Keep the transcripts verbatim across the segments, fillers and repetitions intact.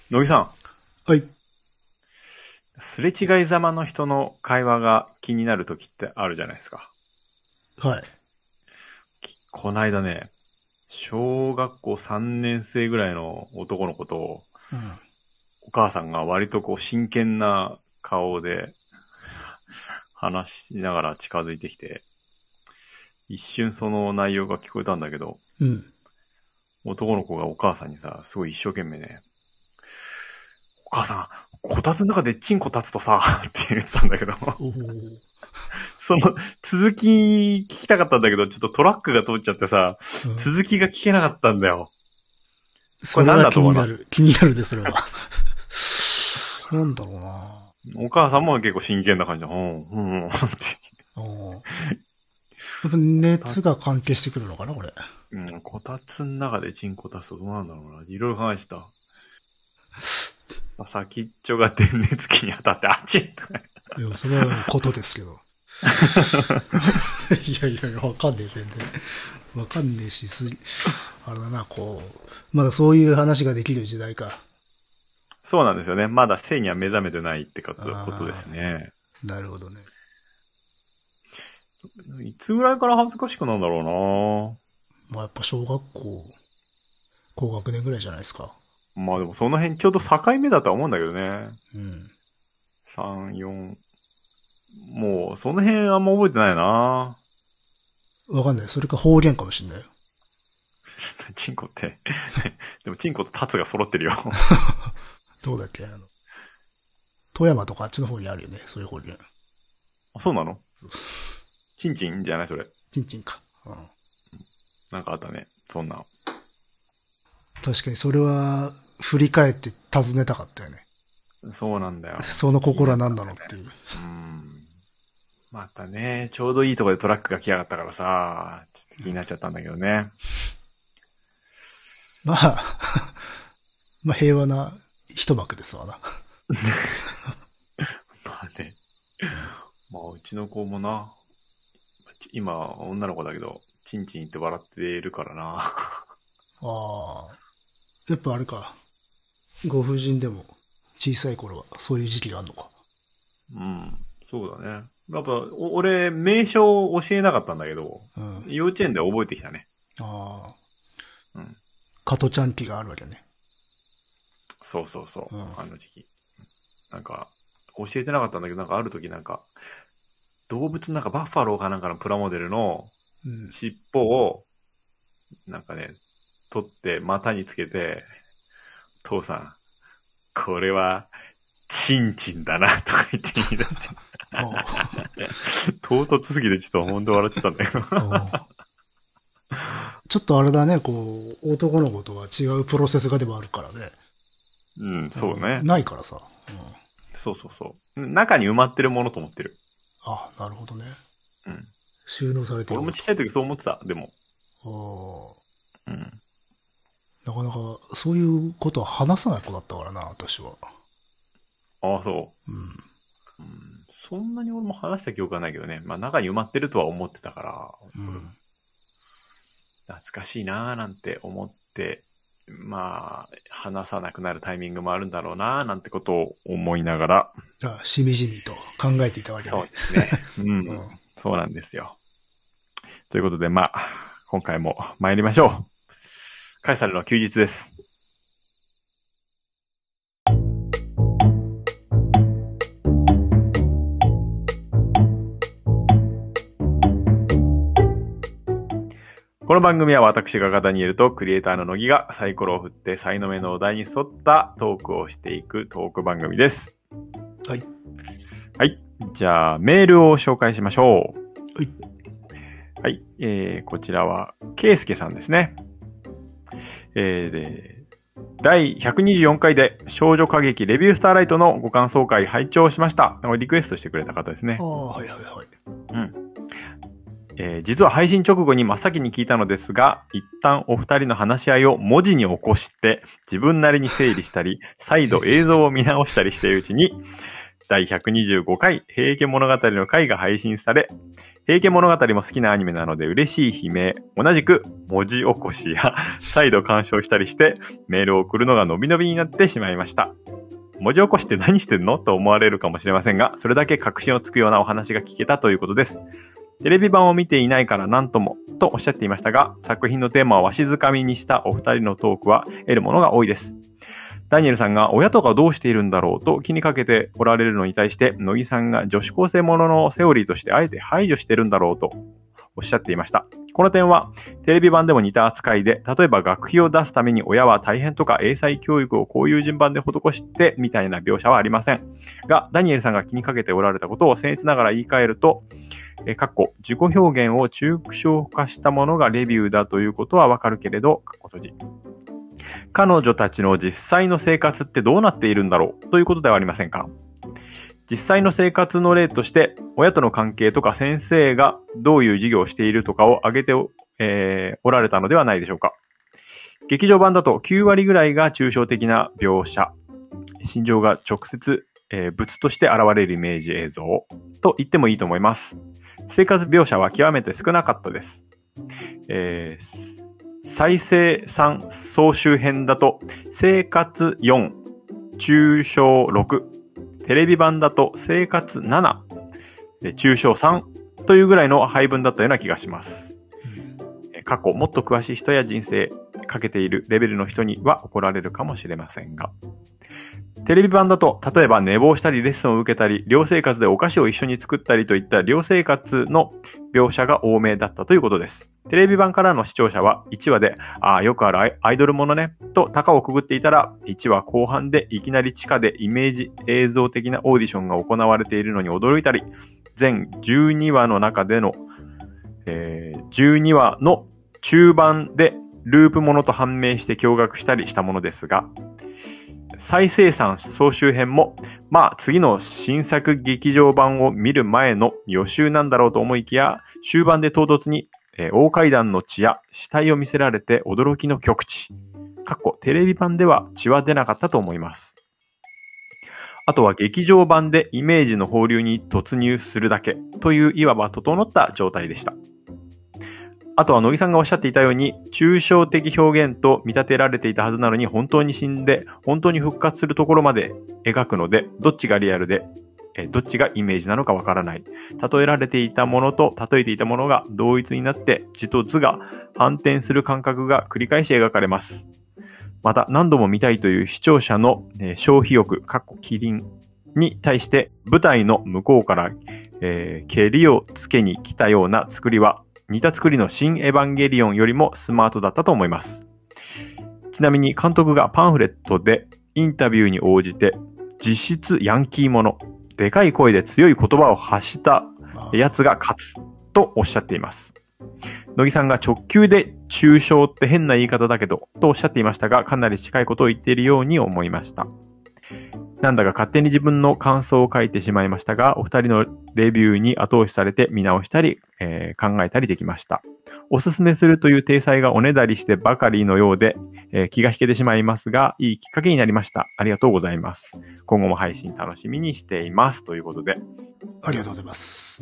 乃木さん。 はい。 すれ違いざまの人の会話が気になるときってあるじゃないですか。 はい。 こないだね、小学校さんねん生ぐらいの男の子と、 うん、 お母さんが割とこう真剣な顔で話しながら近づいてきて、一瞬その内容が聞こえたんだけど、 うん、 男の子がお母さんにさ、すごい一生懸命ね、お母さん、こたつの中でチンコ立つとさ、って言ってたんだけど、 おその続き聞きたかったんだけど、ちょっとトラックが通っちゃってさ、うん、続きが聞けなかったんだよ。 これ何だと思います？気になる。気になるで、それは。なんだろうな。 お母さんも結構真剣な感じで、うん、うん、うん、って。 やっぱ熱が関係してくるのかな、これ。 うん、こたつの中でチンコ立つとどうなんだろうな。いろいろ考えてた。先っちょが電熱器に当たって、あっちとか。 いや、それはことですけど。いやいやいや、わかんねえ、全然。わかんねえし、す、あれだな、こう、まだそういう話ができる時代か。 そうなんですよね。まだ性には目覚めてないってことですね。 なるほどね。 いつぐらいから恥ずかしくなんだろうな。 まあやっぱ小学校、高学年ぐらいじゃないですか。 まあでもその辺ちょうど境目だとは思うんだけどね。 うん。 さん、よん。もうその辺あんま覚えてないな。 わかんない。それか方言かもしんないよ。 チンコって。でもチンコとタツが揃ってるよ。 どうだっけあの、富山とかあっちの方にあるよね。そういう方言。 あ、そうなの？チンチンじゃないそれ。 チンチンか。うん。 なんかあったね。そんな。 確かにそれは振り返って尋ねたかったよね。 そうなんだよ。 その心は何なのっていう。うん。 またね、ちょうどいいところでトラックが来やがったからさ、ちょっと気になっちゃったんだけどね。 まあ、まあ平和な一幕ですわな。 まあね。まあうちの子もな、今女の子だけど、チンチン言って笑ってるからな。ああ。やっぱあれか。ご婦人でも小さい頃はそういう時期があるのか。 うん。そうだね。やっぱ、俺、名称を教えなかったんだけど、うん、幼稚園で覚えてきたね。 ああ。 うん。 加トちゃん期があるわけね。 そうそうそう。うん、あの時期。なんか、教えてなかったんだけど、なんかある時なんか、動物なんかバッファローかなんかのプラモデルの尻尾を、なんかね、取って股につけて、父さん、これは、チンチンだな、とか言って言い出して。唐突すぎてちょっとほんと笑ってたんだよ。 ちょっとあれだね、こう、男の子とは違うプロセスがでもあるからね。 うん、そうね。 ないからさ、うん。 そうそうそう。中に埋まってるものと思ってる。 あ、なるほどね。 うん。 収納されてる。 俺もちっちゃい時そう思ってた、でも。 ああ。うん。なかなか、そういうことは話さない子だったからな、私は。 ああ、そう。うん。 うん。 そんなに俺も話した記憶はないけどね。まあ中に埋まってるとは思ってたから。うん。懐かしいなーなんて思って、まあ、話さなくなるタイミングもあるんだろうなーなんてことを思いながら。 ああ、しみじみと考えていたわけね。 そうですね。うん、うん。そうなんですよ。ということで、まあ、今回も参りましょう。カエサルの休日です。この番組は私がダニエルとクリエイターの乃木がサイコロを振って才能目のお題に沿ったトークをしていくトーク番組です。 はい。 はい。じゃあメールを紹介しましょう。 はい。 はい。えー、こちらはケイスケさんですね。えー、で、だいひゃくにじゅうよんかいで少女歌劇レビュースターライトのご感想会拝聴しました。リクエストしてくれた方ですね。 ああ、はいはいはい。 うん。えー、実は配信直後に真っ先に聞いたのですが、一旦お二人の話し合いを文字に起こして自分なりに整理したり、再度映像を見直したりしているうちに、 だいひゃくにじゅうごかい平家物語の回が配信され、平家物語も好きなアニメなので嬉しい悲鳴、同じく文字起こしや再度鑑賞したりしてメールを送るのが伸び伸びになってしまいました。文字起こしって何してんのと思われるかもしれませんが、それだけ確信をつくようなお話が聞けたということです。テレビ版を見ていないから何ともとおっしゃっていましたが、作品のテーマをわしづかみにしたお二人のトークは得るものが多いです。ダニエルさんが親とかどうしているんだろうと気にかけておられるのに対して、乃木さんが女子高生もののセオリーとしてあえて排除してるんだろうとおっしゃっていました。この点はテレビ版でも似た扱いで、例えば学費を出すために親は大変とか英才教育をこういう順番で施してみたいな描写はありませんが、ダニエルさんが気にかけておられたことを僭越ながら言い換えると、えかっこ自己表現を抽象化したものがレビューだということはわかるけれど、かっこ閉じ。彼女たちの実際の生活ってどうなっているんだろうということではありませんか。実際の生活の例として、親との関係とか先生がどういう授業をしているとかを挙げて お,、えー、おられたのではないでしょうか。劇場版だときゅうわりぐらいが抽象的な描写、心情が直接、えー、物として現れるイメージ映像と言ってもいいと思います。生活描写は極めて少なかったです。えー再生さん総集編だと生活よん、抽象ろく、テレビ版だと生活なな、抽象さんというぐらいの配分だったような気がします。うん、過去もっと詳しい人や人生かけているレベルの人には怒られるかもしれませんが、テレビ版だと例えば寝坊したりレッスンを受けたり寮生活でお菓子を一緒に作ったりといった寮生活の描写が多めだったということです。テレビ版からの視聴者はいちわで、ああよくあるアイドルものねと高をくぐっていたら、いちわ後半でいきなり地下でイメージ映像的なオーディションが行われているのに驚いたり、全じゅうにわの中での、えー、じゅうにわの中盤でループものと判明して驚愕したりしたものですが、再生産総集編も、まあ次の新作劇場版を見る前の予習なんだろうと思いきや、終盤で唐突に、えー、大階段の血や死体を見せられて驚きの極致。かっこテレビ版では血は出なかったと思います。あとは劇場版でイメージの放流に突入するだけといういわば整った状態でした。あとは乃木さんがおっしゃっていたように、抽象的表現と見立てられていたはずなのに本当に死んで本当に復活するところまで描くので、どっちがリアルでえどっちがイメージなのかわからない。例えられていたものと例えていたものが同一になって字と図が反転する感覚が繰り返し描かれます。また何度も見たいという視聴者の消費欲（キリン）に対して舞台の向こうから、えー、蹴りをつけに来たような作りは似た作りの新エヴァンゲリオンよりもスマートだったと思います。ちなみに監督がパンフレットでインタビューに応じて実質ヤンキーもの、でかい声で強い言葉を発したやつが勝つとおっしゃっています。乃木さんが直球で抽象って変な言い方だけどとおっしゃっていましたが、かなり近いことを言っているように思いました。なんだか勝手に自分の感想を書いてしまいましたが、お二人のレビューに後押しされて見直したり、えー、考えたりできました。おすすめするという体裁がおねだりしてばかりのようで、えー、気が引けてしまいますが、いいきっかけになりました。ありがとうございます。今後も配信楽しみにしています。ということで。 ありがとうございます。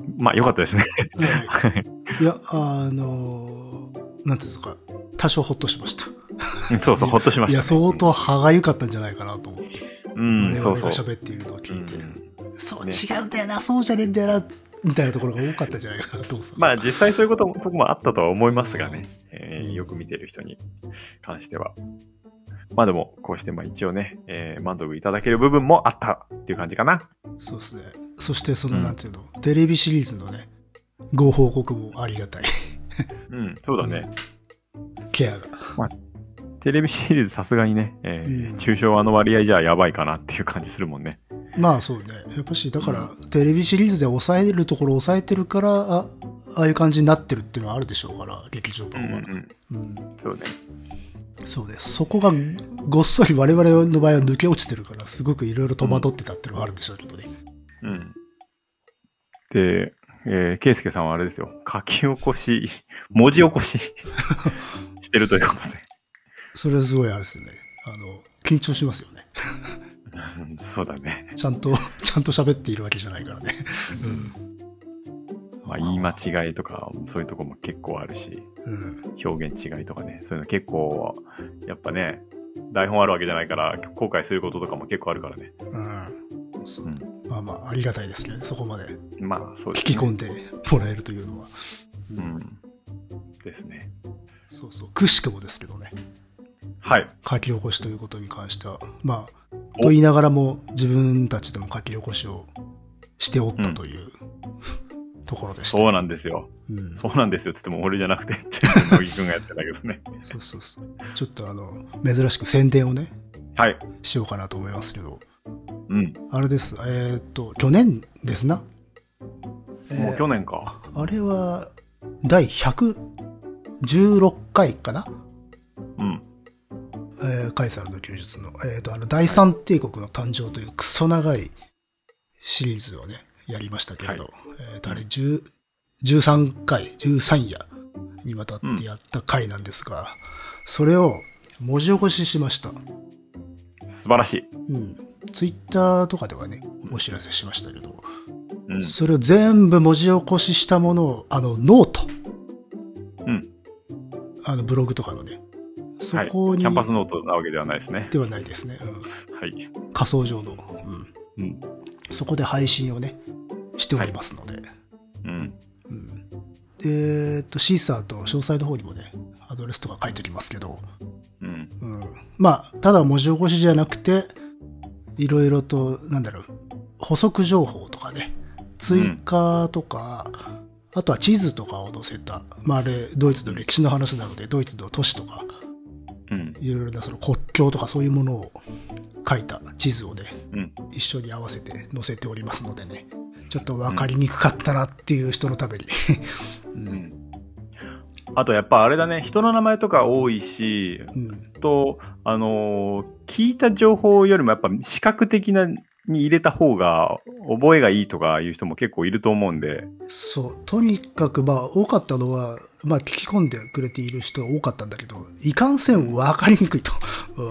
まあ、よかったですね。 はい。いや、あのー、なんていうんですか、多少ほっとしました。 そうそう、ほっとしました、ね。 いや、相当歯がゆかったんじゃないかなと思って。 うん、そうそう。 我々が喋っているのを聞いて、うん、そう、 ね、 違うんだよな、そうじゃねえんだよな、みたいなところが多かったんじゃないかなと思う。 まあ実際そういうことも、とこもあったとは思いますがね、えー、よく見てる人に関しては。まあでも、こうしてまあ一応ね、えー、満足いただける部分もあったっていう感じかな。そうですね。そしてその、なんていうの、うん、テレビシリーズのね、ご報告もありがたい。 うん、そうだね。 ケアが。まあテレビシリーズさすがにね、えーうん、抽象あの割合じゃやばいかなっていう感じするもんね。 まあそうね。やっぱし、だから、うん、テレビシリーズで抑えるところを抑えてるから、あ、ああいう感じになってるっていうのはあるでしょうから、劇場版は。うん、 うんうん、そうね。 そうです。そこがごっそり我々の場合は抜け落ちてるから、すごくいろいろ戸惑ってたっていうのがあるんでしょうけどね。 うん。で、えー、ケイスケさんはあれですよ。書き起こし、文字起こししてるということで。 それはすごいあれですよね。あの、緊張しますよね。 そうだね。 ちゃんと、ちゃんと喋っているわけじゃないからね。うん。 まあ、言い間違いとか、そういうとこも結構あるし、うん、表現違いとかね、そういうの結構、やっぱね、台本あるわけじゃないから、後悔することとかも結構あるからね。 うん。そう。うん、まあまあ、ありがたいですけどね、そこまで。 まあ、そうですね。 聞き込んでもらえるというのは。 うん。うん、ですね。 そうそう。くしくもですけどね。 はい。 書き起こしということに関しては、まあ、と言いながらも自分たちでも書き起こしをしておったという、うん、ところでした。 そうなんですよ。うん、そうなんですよ。つっても俺じゃなくてって乃木くんがやってたけどね。 そうそうそう。ちょっとあの珍しく宣伝をね、 はい、 しようかなと思いますけど、 うん、 あれです。えー、っと去年ですな。 もう去年か。 えー、あれはだいひゃくじゅうろっかいかな。 うん。 えー、カエサルの休日の、えー、とあの第三帝国の誕生というクソ長いシリーズをねやりましたけれど、はい、えー、とあれじゅう、じゅうさんかいじゅうさん夜にわたってやった回なんですが、うん、それを文字起こししました。 素晴らしい。 うん。ツイッターとかではねお知らせしましたけど、 うん、 それを全部文字起こししたものをあのノート、 うん、 あのブログとかのね。そこに、 はい、キャンパスノートなわけではないですね。 ではないですね。うん、 はい。 仮想上の、うんうん、 そこで配信をねしておりますので、はい、 うんうん、でえっとシーサーと詳細の方にもねアドレスとか書いておきますけど、 うんうん、まあただ文字起こしじゃなくていろいろとなんだろう補足情報とかね追加とか、うん、あとは地図とかを載せた、まあ、あれドイツの歴史の話なのでドイツの都市とかいろいろなその国境とかそういうものを書いた地図をね、うん、一緒に合わせて載せておりますのでね、ちょっと分かりにくかったなっていう人のために、 うんうん、あとやっぱあれだね、人の名前とか多いし、うん、とあのー、聞いた情報よりもやっぱ視覚的なに入れた方が覚えがいいとかいう人も結構いると思うんで。 そう、とにかくまあ多かったのは、まあ聞き込んでくれている人は多かったんだけど、いかんせん分かりにくいと。うん、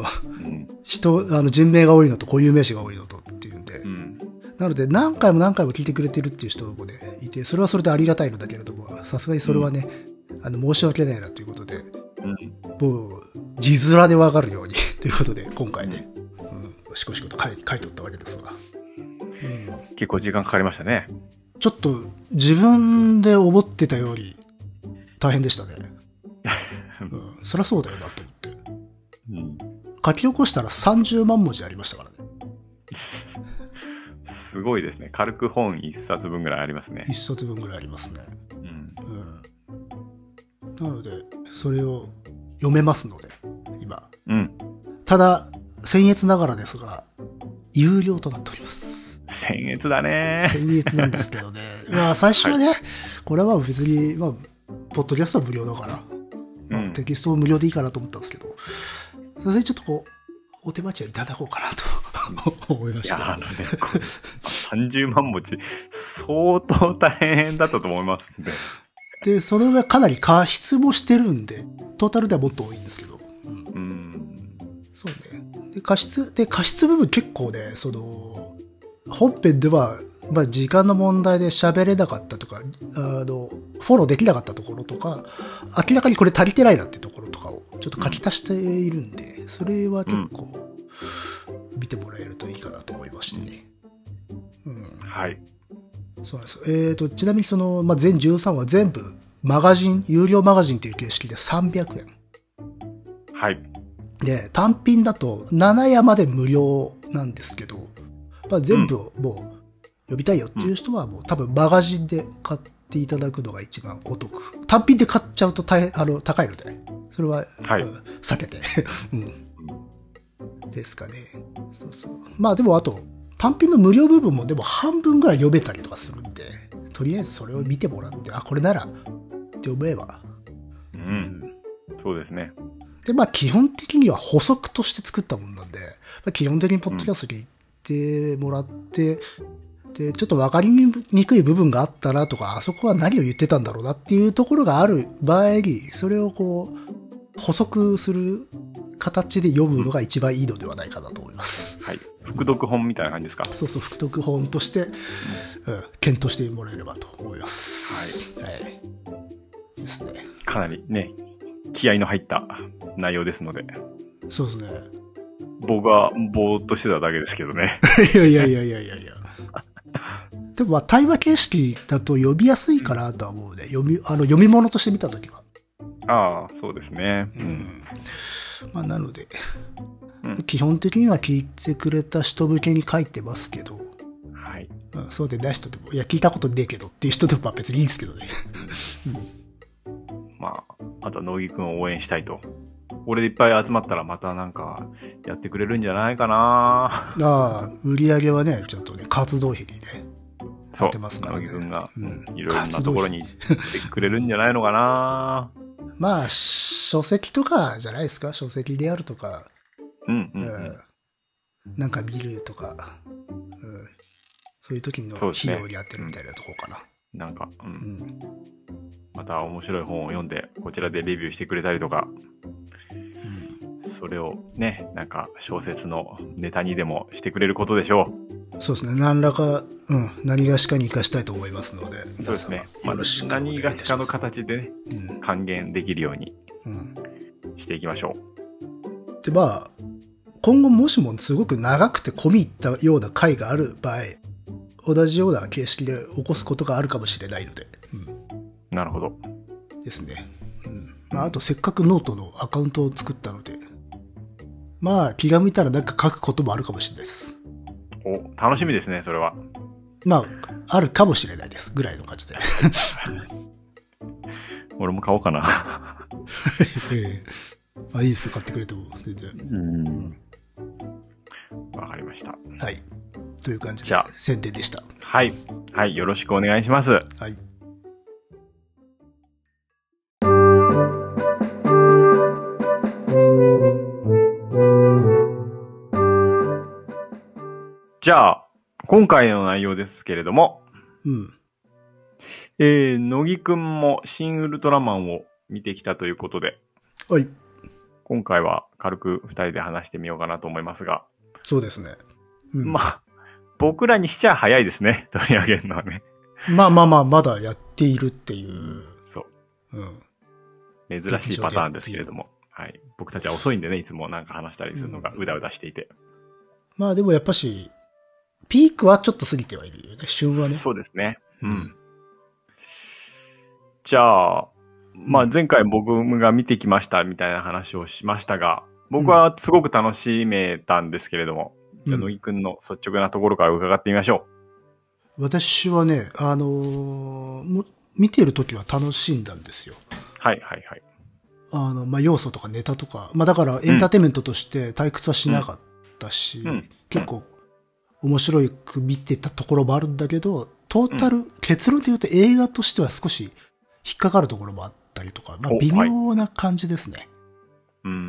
人、あの人名が多いのと固有名詞が多いのとっていうんで。うん、なので何回も何回も聞いてくれてるっていう人もね、いて、それはそれでありがたいのだけれども、さすがにそれはね、うん、あの申し訳ないなということで、うん、もう字面で分かるようにということで、今回ね、うん、しこしこと書い、書いとったわけですが。 うん、結構時間かかりましたね。 ちょっと自分で思ってたより大変でしたね。うん、そりゃそうだよなと思って、うん。書き起こしたらさんじゅうまんもじありましたからね。 すごいですね。軽く本いっさつぶんぐらいありますね。 いっさつぶんぐらいありますね。 うんうん、なのでそれを読めますので今。 うん、 ただ僭越ながらですが有料となっております。 僭越だね。 僭越なんですけどね。まあ最初はね、はい、これは別に、まあ、ポッドキャストは無料だから、まあ、テキストも無料でいいかなと思ったんですけど、それでちょっとこう、お手間賃はいただこうかなと思いました。いや、あのね、 さんじゅうまんもち、相当大変だったと思いますんで。 で、それがかなり加筆もしてるんで、トータルではもっと多いんですけど。うん。 うんそうね。で、加筆、で、加筆部分結構ね、その、本編では、まあ、時間の問題で喋れなかったとか、あの、フォローできなかったところとか、明らかにこれ足りてないなっていうところとかをちょっと書き足しているんで、それは結構見てもらえるといいかなと思いましてね。うん。 はい。 そうなんです。えっと、ちなみにその、まあ、全じゅうさんわ全部、マガジン、有料マガジンという形式でさんびゃくえん。 はい。で、 単品だとななやまで無料なんですけど、まあ、全部をもう読みたいよっていう人はもう多分マガジンで買っていただくのが一番お得。単品で買っちゃうと大変、あの、高いので、それは、はい、うん、避けて、うん。ですかね。そうそう。まあでもあと、単品の無料部分もでも半分ぐらい読めたりとかするんで、とりあえずそれを見てもらって、あ、これならって思えば。 うん。うん、そうですね。 で、まあ基本的には補足として作ったもんなんで、まあ、基本的にポッドキャストにてもらって、で、ちょっと分かりにくい部分があったなとか、あそこは何を言ってたんだろうなっていうところがある場合に、それをこう、補足する形で読むのが一番いいのではないかなと思います。 はい。副読本みたいな感じですか？ そうそう、副読本として、うん、検討してもらえればと思います。はい。はい。ですね。 かなりね、気合の入った内容ですので。 そうですね。 僕はぼーっとしてただけですけどね。 いやいやいやいやいやいや。でもまあ対話形式だと読みやすいかなとは思うね。読み、あの読み物として見たときは。 ああ、そうですね。 うん。まあなので、うん、基本的には聞いてくれた人向けに書いてますけど、 はい。 うん、そうでない人でも、いや聞いたことねえけどっていう人でも別にいいんですけどね。うん、 まあ、あとは乃木くんを応援したいと。俺でいっぱい集まったらまたなんかやってくれるんじゃないかな。 ああ、売り上げはね、ちょっとね、活動費にね、 そう、 てますからね。 乃木くんがいろいろなところに行ってくれるんじゃないのかな。 まあ、書籍とかじゃないですか。書籍であるとか、 うんうん、うん、 なんか見るとか、うん、そういう時の費用に当てるみたいなとこかな。 ね、うん、なんか、うん、うん、また面白い本を読んでこちらでレビューしてくれたりとか、うん、それをね、なんか小説のネタにでもしてくれることでしょう。そうですね。何らか、うん、何がしかに活かしたいと思いますので。 そうですね。まあ、何がしかの形でね、うん、還元できるようにしていきましょう。 で、まあ、今後もしもすごく長くて込み入ったような回がある場合、同じような形式で起こすことがあるかもしれないので。うん、 なるほど。 ですね。うん、まあ、あとせっかくノートのアカウントを作ったので、まあ気が向いたらなんか書くこともあるかもしれないです。 お、楽しみですね、それは。 まあ、あるかもしれないです。ぐらいの感じで。 俺も買おうかな。 ええ、あ、いいですよ、買ってくれても、全然。うん。 わ、うん、かりました。 はい。という感じで、じゃあ宣伝でした。 はい。はい、よろしくお願いします。はい。じゃあ、今回の内容ですけれども、 うん。 えー、乃木くんも新ウルトラマンを見てきたということで、 はい。 今回は軽く二人で話してみようかなと思いますが。 そうですね。 うん、まあ、僕らにしちゃ早いですね、取り上げるのはね。 まあまあまあ、まだやっているっていう。 そう。 うん。 珍しいパターンですけれども。はい。僕たちは遅いんでね、いつもなんか話したりするのがうだうだしていて。 うん、まあでもやっぱし、ピークはちょっと過ぎてはいるよね、旬はね。 そうですね。うん。じゃあ、まあ前回僕が見てきましたみたいな話をしましたが、僕はすごく楽しめたんですけれども、うん、じゃあ乃木くんの率直なところから伺ってみましょう。私はね、あのー、も見てるときは楽しんだんですよ。 はいはいはい。 あの、まあ、要素とかネタとか、まあ、だからエンターテインメントとして退屈はしなかったし、うんうん、結構面白く見てたところもあるんだけど、トータル、うん、結論で言うと映画としては少し引っかかるところもあったりとか、まあ、微妙な感じですね。はい、 うん、うん。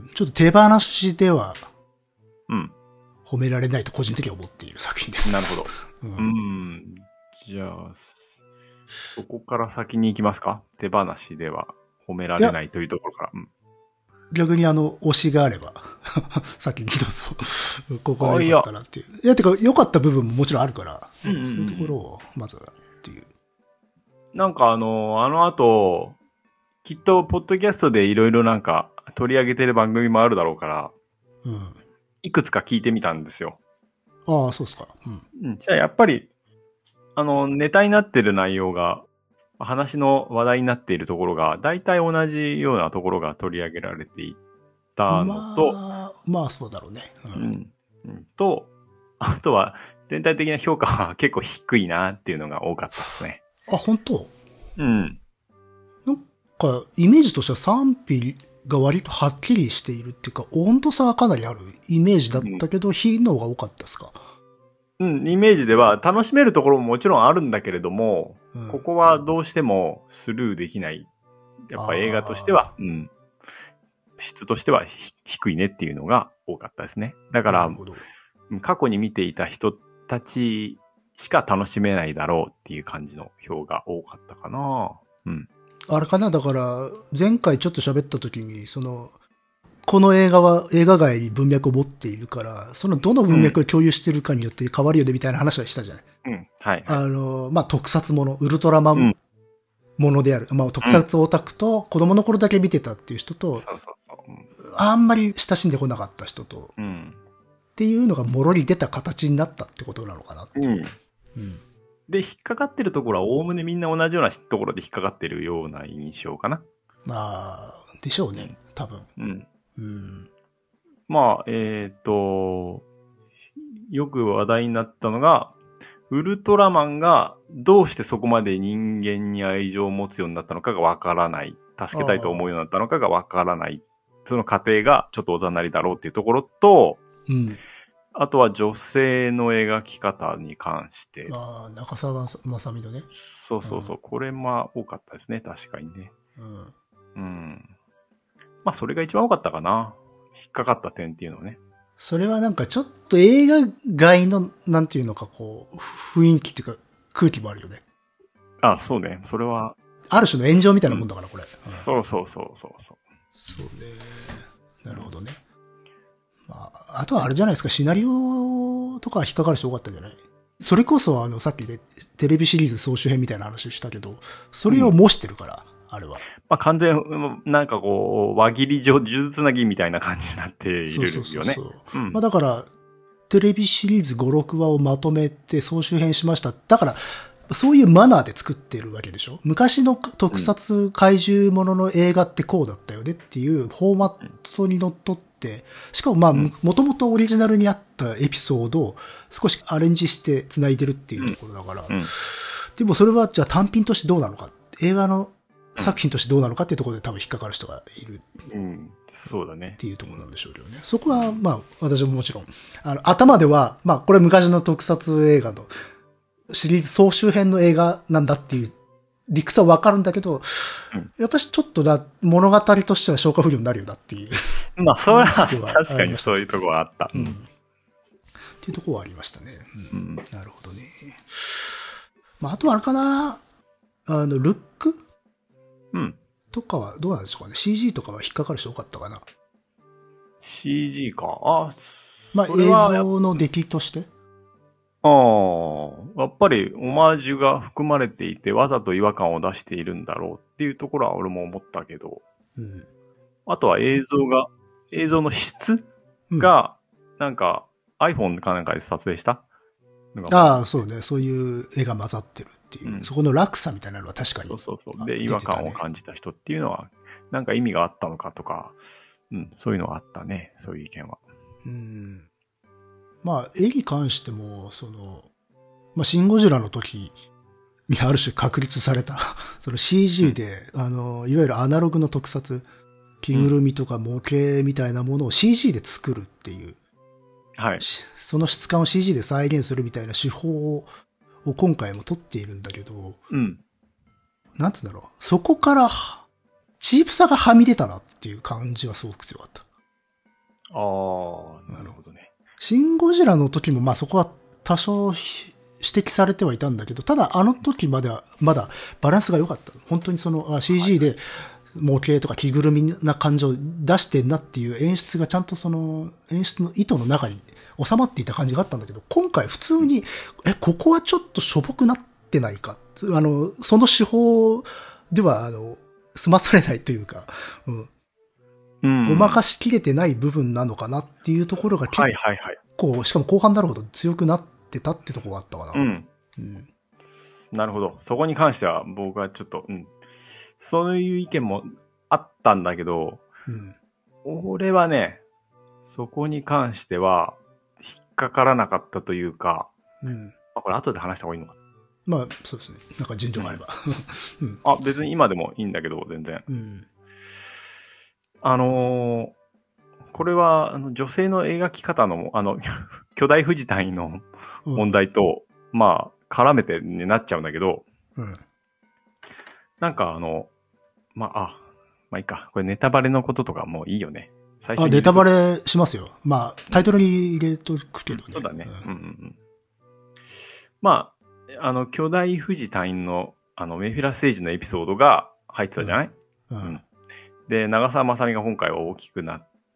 ちょっと手放しでは、 うん。 褒められないと個人的には思っている作品です。 なるほど。うん。うんじゃあ、そこから先に行きますか？手放しでは褒められないというところから。うん、 逆にあの、推しがあれば、先にどうぞ。ここが良かったなっていう。いや、てか、良かった部分ももちろんあるから、うんうんうん、そういうところを、まずはっていう。 なんかあの、あの後、きっと、ポッドキャストでいろいろなんか取り上げてる番組もあるだろうから、 うん。 いくつか聞いてみたんですよ。 ああ、そうですか。 うん。うん。じゃあやっぱり、あの、ネタになってる内容が、話の話題になっているところが、大体同じようなところが取り上げられていたのと、 まあ、まあそうだろうね。 うん。うん、と、あとは、全体的な評価は結構低いなっていうのが多かったですね。 あ、本当？ うん。 なんか、イメージとしては賛否が割とはっきりしているっていうか、温度差がかなりあるイメージだったけど、うん、非の方が多かったですか？ うん、イメージでは楽しめるところももちろんあるんだけれども、うん、ここはどうしてもスルーできない。やっぱ映画としては、うん、質としては低いねっていうのが多かったですね。だから、過去に見ていた人たちしか楽しめないだろうっていう感じの票が多かったかな。うん。 あれかな、だから、前回ちょっと喋った時に、その、 この映画は映画外に文脈を持っているから、そのどの文脈を共有しているかによって変わるよねみたいな話はしたじゃない。 うん。はい。 あの、まあ、特撮もの、ウルトラマンものである。うん、まあ、特撮オタクと子供の頃だけ見てたっていう人と、そうそうそう。うん、あんまり親しんでこなかった人と、うん、っていうのがもろに出た形になったってことなのかなっていう。うんうん、で、引っかかってるところは、おおむねみんな同じようなところで引っかかってるような印象かな。 まあ、でしょうね、多分。うん。 うん、まあ、えっと、よく話題になったのが、ウルトラマンがどうしてそこまで人間に愛情を持つようになったのかがわからない。助けたいと思うようになったのかがわからない。その過程がちょっとおざなりだろうっていうところと、うん、あとは女性の描き方に関して。 ああ、中澤まさみのね。 そうそうそう。うん、これまあ多かったですね。確かにね。うん。うん。まあそれが一番多かったかな。引っかかった点っていうのはね。 それはなんかちょっと映画外の、なんていうのかこう、雰囲気っていうか空気もあるよね。 あ、そうね。それは。 ある種の炎上みたいなもんだから、これ。 うん、そうそうそうそうそう。 そうね。なるほどね。まあ、あとはあれじゃないですか、シナリオとか引っかかる人多かったんじゃない？それこそあの、さっきでテレビシリーズ総集編みたいな話したけど、それを模してるから、うん、あれは。 まあ完全、なんかこう、輪切り上、呪術つなぎみたいな感じになっているよね。そうそうそうそう、 うん、まあだから、テレビシリーズご、ろくわをまとめて総集編しました。だから、そういうマナーで作ってるわけでしょ？昔の特撮怪獣ものの映画ってこうだったよねっていうフォーマットにのっとって、しかもまあ、もともとオリジナルにあったエピソードを少しアレンジして繋いでるっていうところだから、うんうん、でもそれはじゃあ単品としてどうなのか、映画の作品としてどうなのかっていうところで多分引っかかる人がいる。 うん、そうだね。 っていうところなんでしょうけどね。そこはまあ、私ももちろん、あの、頭では、まあ、これ昔の特撮映画のシリーズ総集編の映画なんだっていう理屈はわかるんだけど、うん、やっぱりちょっとな物語としては消化不良になるよなっていう。 まあ、それは確かにそういうところはあった。うん。 っていうところはありましたね。うん。うん、なるほどね。まあ、あとはあれかな、あの、ルックうん。 とかはどうなんでしょうかね。シージー とかは引っかかる人多かったかな。 シージー か。あ、 まあ、映像の出来として。 ああ、やっぱりオマージュが含まれていてわざと違和感を出しているんだろうっていうところは俺も思ったけど、うん、あとは映像が、映像の質が、なんか iPhone かなんかで撮影した、 うん、ああ、そうね。そういう絵が混ざってるっていう、うん。そこの落差みたいなのは確かに、 ね。そうそうそう。で、違和感を感じた人っていうのは、なんか意味があったのかとか、うん、そういうのがあったね。そういう意見は。 うんまあ、絵に関しても、その、まあ、シン・ゴジラの時にある種確立された、その シージー で、うん、あの、いわゆるアナログの特撮、着ぐるみとか模型みたいなものを シージー で作るっていう、 はい。 その質感を シージー で再現するみたいな手法を、を今回も取っているんだけど、 うん。 なんつうんだろう、そこから、チープさがはみ出たなっていう感じはすごく強かった。 ああ、なるほどね。 シン・ゴジラの時もまあそこは多少指摘されてはいたんだけど、ただあの時まではまだバランスが良かった。本当にその シージー で模型とか着ぐるみな感じを出してんなっていう演出がちゃんとその演出の意図の中に収まっていた感じがあったんだけど、今回普通に、え、ここはちょっとしょぼくなってないか。あの、その手法では、あの、済まされないというか、うんうん、ごまかしきれてない部分なのかなっていうところが結構、はいはいはい、しかも後半になるほど強くなってたってところがあったかな。 うん。うん、なるほど。そこに関しては僕はちょっと、うん、そういう意見もあったんだけど、うん、俺はね、そこに関しては引っかからなかったというか、うん、まあ、これ後で話した方がいいのか。 まあ、そうですね。なんか順序があれば。 うん、あ、別に今でもいいんだけど、全然。うんあのー、これは、あの、女性の描き方の、あの、巨大富士単位の問題と、うん、まあ、絡めてになっちゃうんだけど、うん、なんかあの、まあ、あ、まあいいか。これネタバレのこととかもういいよね。 最初に。あ、ネタバレしますよ。まあ、タイトルに入れとくけどね。 うん、そうだね。うんうんうん。まあ、あの、巨大富士単位の、あの、メフィラステージのエピソードが入ってたじゃない？うん。うんうんで、長澤まさみが今回は大きくなっ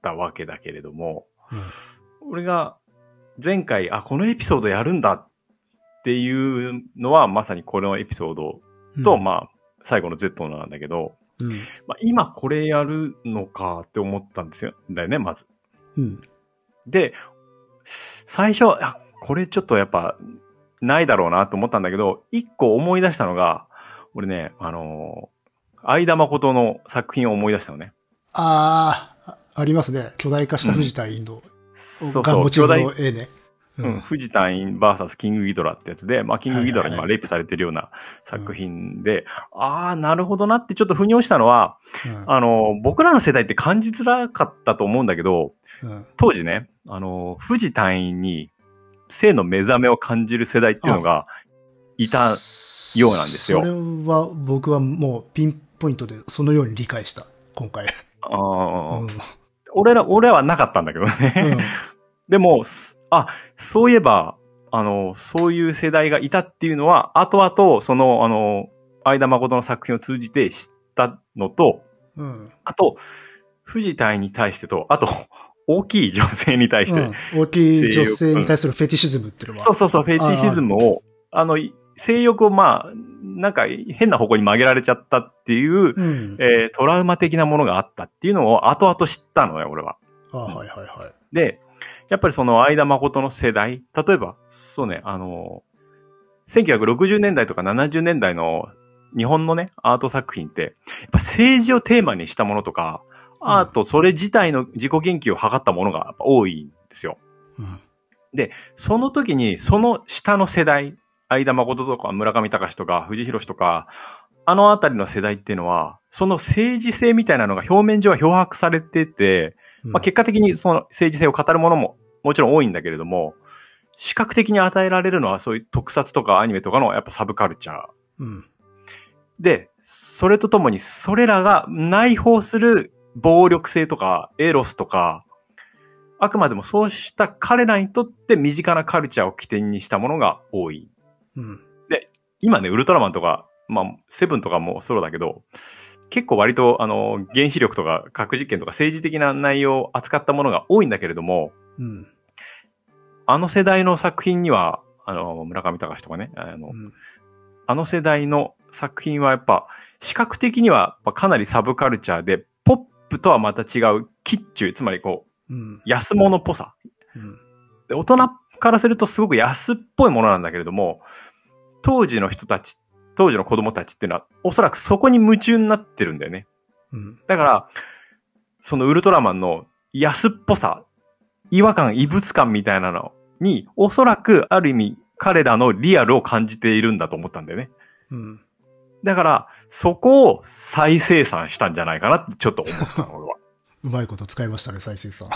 たわけだけれども、 うん、 俺が前回、あ、このエピソードやるんだっていうのはまさにこのエピソードと、うん、まあ、最後の Z なんだけど、 うんまあ、今これやるのかって思ったんですよ。だよね、まず。 うん、で、 最初、あ、これちょっとやっぱないだろうなと思ったんだけど、一個思い出したのが、俺ね、あのー、相田誠の作品を思い出したのね。 ああ、ありますね。巨大化した藤田院の、うん、 そうそう、 巨大の絵ね。 うん、藤田院 ブイエス キングギドラってやつで、まあ、キングギドラにまあレイプされてるような作品で、はいはいはい、ああ、なるほどなってちょっと腑に落ちたのは、うん、あの、僕らの世代って感じづらかったと思うんだけど、うん、当時ね、あの、藤田院に性の目覚めを感じる世代っていうのがいたようなんですよ。 それは僕はもうピンポイントでそのように理解した、今回。 ああ、うん、俺ら、俺はなかったんだけどね。うん、でも、あ、そういえば、あの、そういう世代がいたっていうのは、後々、その、あの、相田誠の作品を通じて知ったのと、うん、あと、藤田に対してと、あと、大きい女性に対して、 うん、大きい女性に対するフェティシズムっていうのは、 そうそうそう、フェティシズムを、あの、性欲をまあ、なんか変な方向に曲げられちゃったっていう、うん、えー、トラウマ的なものがあったっていうのを後々知ったのよ、俺は。 あ、はいはいはい。 で、やっぱりその相田誠の世代、例えば、そうね、あの、せんきゅうひゃくろくじゅうねんだいとかななじゅうねんだいの日本のね、アート作品って、やっぱ政治をテーマにしたものとか、アートそれ自体の自己研究を図ったものがやっぱ多いんですよ。うん、で、その時にその下の世代、相田誠とか村上隆とか藤弘とか、あのあたりの世代っていうのは、その政治性みたいなのが表面上は漂白されてて、まあ、結果的にその政治性を語るものももちろん多いんだけれども、視覚的に与えられるのはそういう特撮とかアニメとかのやっぱサブカルチャー。うん、で、それとともにそれらが内包する暴力性とかエロスとか、あくまでもそうした彼らにとって身近なカルチャーを起点にしたものが多い。うん、で、今ね、ウルトラマンとか、まあ、セブンとかもそうだけど、結構割と、あの、原子力とか核実験とか政治的な内容を扱ったものが多いんだけれども、うん、あの世代の作品には、あの、村上隆とかね、あの、うん、あの世代の作品はやっぱ、視覚的にはかなりサブカルチャーで、ポップとはまた違うキッチュ、つまりこう、うん、安物っぽさ、うん。で。大人からするとすごく安っぽいものなんだけれども、当時の人たち、当時の子供たちっていうのは、おそらくそこに夢中になってるんだよね。うん、だから、そのウルトラマンの安っぽさ、違和感、異物感みたいなのに、おそらくある意味彼らのリアルを感じているんだと思ったんだよね。うん、だから、そこを再生産したんじゃないかなってちょっと思ったの、俺は。 うまいこと使いましたね、再生産。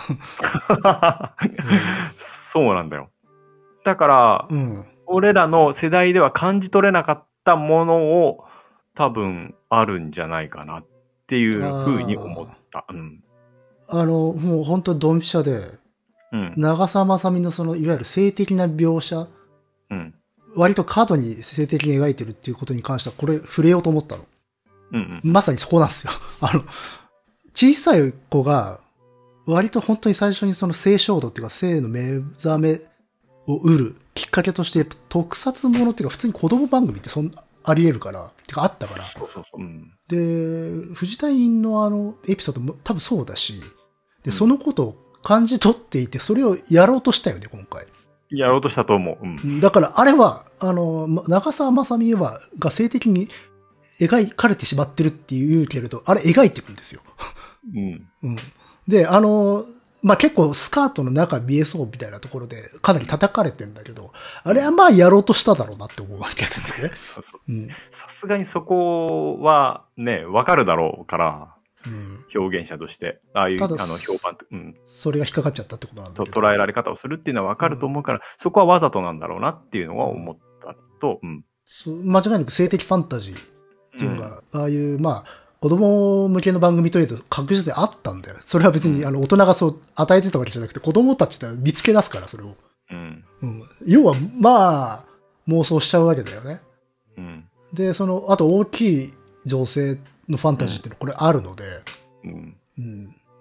そうなんだよ。だから、うん、俺らの世代では感じ取れなかったものを多分あるんじゃないかなっていうふうに思った。うん、 あの、もう本当ドンピシャで、うん、長澤まさみのそのいわゆる性的な描写、うん、割と過度に性的に描いてるっていうことに関してはこれ触れようと思ったの。うんうん、まさにそこなんですよ。あの、小さい子が割と本当に最初にその性衝動っていうか性の目覚めを得るきっかけとして特撮ものっていうか普通に子供番組ってそんあり得るから、てかあったから。そうそうそう、うん、で、藤田院のあのエピソードも多分そうだし、で、そのことを感じ取っていて、それをやろうとしたよね、今回。 やろうとしたと思う。うん、 だからあれは、あの、長澤まさみは、が性的に描かれてしまってるって言うけれど、あれ描いてるんですよ。うんうん、で、あの、まあ、結構スカートの中見えそうみたいなところでかなり叩かれてんだけど、あれはまあやろうとしただろうなって思うわけですね。そうそう。 さすがにそこはね、わかるだろうから、うん、表現者として、ああいう、あの、評判、うん。 それが引っかかっちゃったってことなんだけど。捉えられ方をするっていうのはわかると思うから、うん、そこはわざとなんだろうなっていうのは思ったと、うん。 そう、間違いなく性的ファンタジーっていうのが、うん、ああいう、まあ、子供向けの番組というと確実にあったんだよ。それは別にあの大人がそう与えてたわけじゃなくて子供たちって見つけ出すからそれを。うんうん、要はまあ妄想しちゃうわけだよね。うん、で、そのあと大きい女性のファンタジーっていうのはこれあるので、うんうん、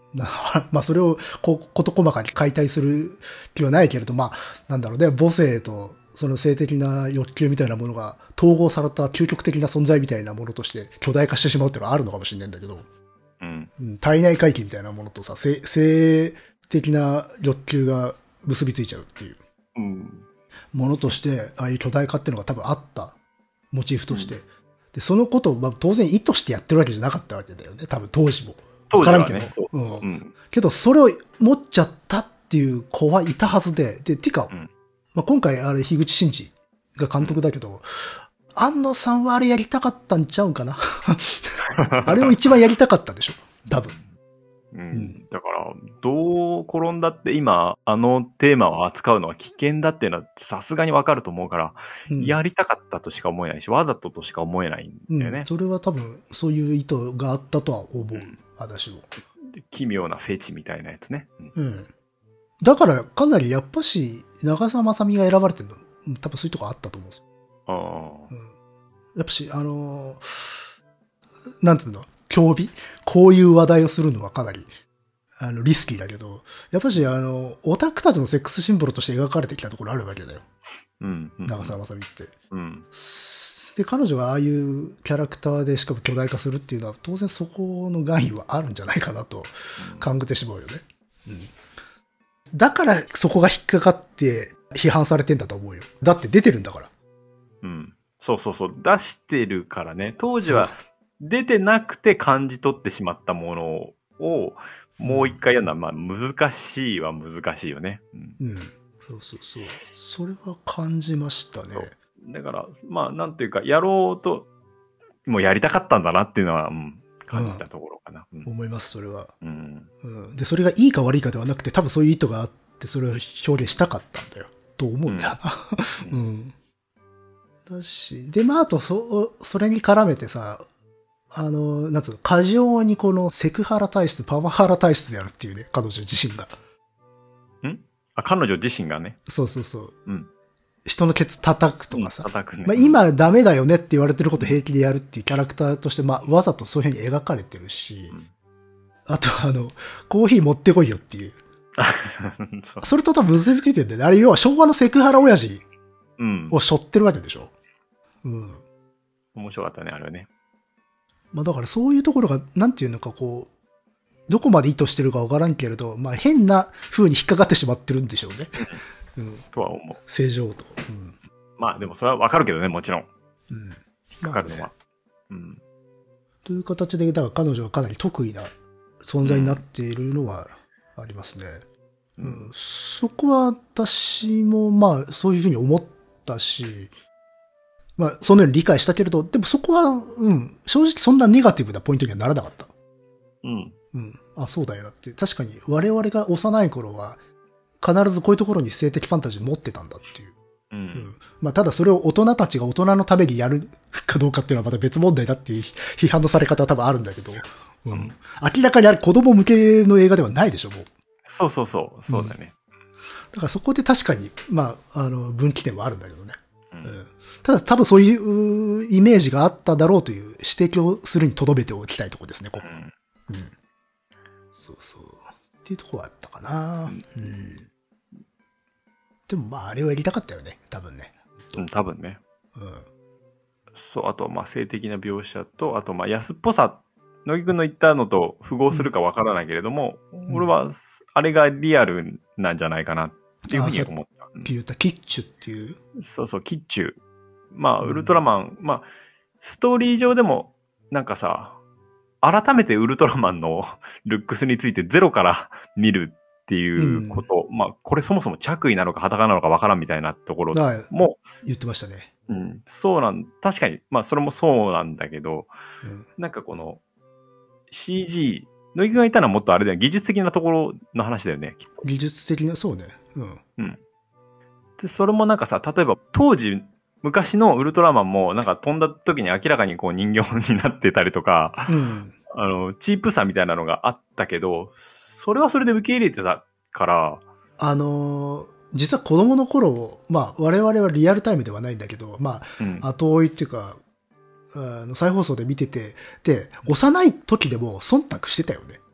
まあそれをこ事細かに解体する気はないけれど、まあなんだろうね、母性とその性的な欲求みたいなものが統合された究極的な存在みたいなものとして巨大化してしまうっていうのはあるのかもしれないんだけど、 うん、 うん、体内回帰みたいなものとさ、性、性的な欲求が結びついちゃうっていうものとして、ああいう巨大化っていうのが多分あったモチーフとして、うん、でそのことを、まあ、当然意図してやってるわけじゃなかったわけだよね、多分当時も。 当時はね、わからんけど、そううんうん、けどそれを持っちゃったっていう子はいたはずで、で、てか、うん、まあ、今回あれ樋口真嗣が監督だけど、うん、安野さんはあれやりたかったんちゃうんかなあれを一番やりたかったでしょ多分、 うんうん、だからどう転んだって今あのテーマを扱うのは危険だっていうのはさすがにわかると思うから、うん、やりたかったとしか思えないしわざととしか思えないんだよね、うん、 それは多分そういう意図があったとは思う、うん、私も奇妙なフェチみたいなやつね、 うんうん、だからかなりやっぱし長澤まさみが選ばれてるの多分そういうとこあったと思うんですよ。あ、うん、やっぱしあのー、なんていうの競技こういう話題をするのはかなりあのリスキーだけど、やっぱしあのオタクたちのセックスシンボルとして描かれてきたところあるわけだよ、うんうん、長澤まさみって、うん、で彼女がああいうキャラクターでしかも巨大化するっていうのは当然そこの願意はあるんじゃないかなと感じてしまうよね、うん、だからそこが引っかかって批判されてんだと思うよ。だって出てるんだから。 うん。そうそうそう。出してるからね。当時は出てなくて感じ取ってしまったものをもう一回やるのは、まあ難しいは難しいよね。 うん。うん、そうそうそう。それは感じましたね。 だから、まあなんていうか、やろうと、もうやりたかったんだなっていうのは、うん、感じたところかな。 うんうん、思います、それは、うんうん。で、それがいいか悪いかではなくて、多分そういう意図があって、それを表現したかったんだよ。と思うんだよな。うん。うんだし、で、まあ、あと、そ、それに絡めてさ、あの、なんつうの、過剰にこのセクハラ体質、パワハラ体質であるっていうね、彼女自身が。 んあ、彼女自身がね。 そうそうそう。 うん。 人のケツ叩くとかさ。 うん、叩くね。 まあ、今ダメだよねって言われてること平気でやるっていうキャラクターとして、まあ、わざとそういう風に描かれてるし、うん、あとあの、コーヒー持ってこいよっていう。そ, それと多分結びついてるんだよね。あれ要は昭和のセクハラ親父を背負ってるわけでしょ。うん。 面白かったね、あれはね。 まあだからそういうところが、なんていうのかこう、どこまで意図してるかわからんけれど、まあ変な風に引っかかってしまってるんでしょうね。 うん。とは思う。 正常と。うん。 まあでもそれはわかるけどね、もちろん。うん。引っかかるのは。まあね、うん。 という形で、だから彼女はかなり得意な存在になっているのはありますね。うん。うん、そこは私もまあそういう風に思ったし、まあ、そのように理解したけれど、でもそこは、うん、正直そんなネガティブなポイントにはならなかった。 うん。 うん。あ、そうだよなって。確かに我々が幼い頃は、必ずこういうところに性的ファンタジー持ってたんだっていう。うん。うん、まあ、ただそれを大人たちが大人のためにやるかどうかっていうのはまた別問題だっていう批判のされ方は多分あるんだけど、うん。うん、明らかにあれ子供向けの映画ではないでしょ、もう。 そうそうそう。そうだね。うん、 だからそこで確かに、まあ、あの、分岐点はあるんだけどね。うん。うんただ多分そういうイメージがあっただろうという指摘をするに留めておきたいところですね、ここ。うん。うん。そうそう。っていうところはあったかな。うん。うん、でもまあ、あれをやりたかったよね、多分ね。 うん、多分ね。うん。そう、あとまあ性的な描写と、あとまあ安っぽさ、乃木くんの言ったのと符合するかわからないけれども、うん、俺はあれがリアルなんじゃないかなっていうふうに思った。 うん、言ったキッチュっていう。 そうそう、キッチュ。まあ、ウルトラマン、うん、まあ、ストーリー上でも、なんかさ、改めてウルトラマンのルックスについてゼロから見るっていうこと、うん、まあ、これそもそも着衣なのか裸なのかわからんみたいなところも、 言ってましたね。 うん、そうなん、確かに、まあ、それもそうなんだけど、うん、なんかこの、シージー、乃木が言ったのはもっとあれだよ、技術的なところの話だよね、きっと。 技術的な、そうね。うん。 うん。で、それもなんかさ、例えば当時、昔のウルトラマンもなんか飛んだ時に明らかにこう人形になってたりとか、うん、あの、チープさみたいなのがあったけど、それはそれで受け入れてたから。 あのー、実は子供の頃、まあ我々はリアルタイムではないんだけど、まあ、うん、後追いっていうか、あの再放送で見てて、で、幼い時でも忖度してたよね。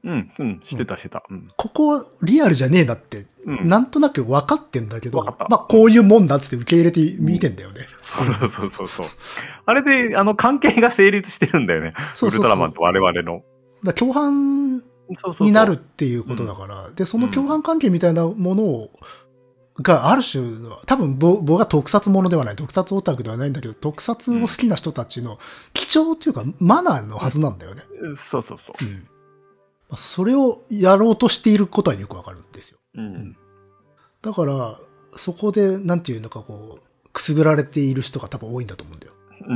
うん、うん、してたしてた。うん、 ここリアルじゃねえなって、うん、なんとなく分かってんだけど、まあこういうもんだっつって受け入れて見てんだよね。うん、 そうそうそうそう。あれで、あの関係が成立してるんだよね。そうそうそうウルトラマンと我々の。 だ共犯になるっていうことだから、で、その共犯関係みたいなものを、がある種の、多分僕が特撮ものではない、特撮オタクではないんだけど、特撮を好きな人たちの貴重というかマナーのはずなんだよね。 うん、そうそうそう。うんそれをやろうとしていることはよくわかるんですよ。 うん、 だから、そこで、なんていうのかこう、くすぐられている人が多分多いんだと思うんだよ。 うん。うん、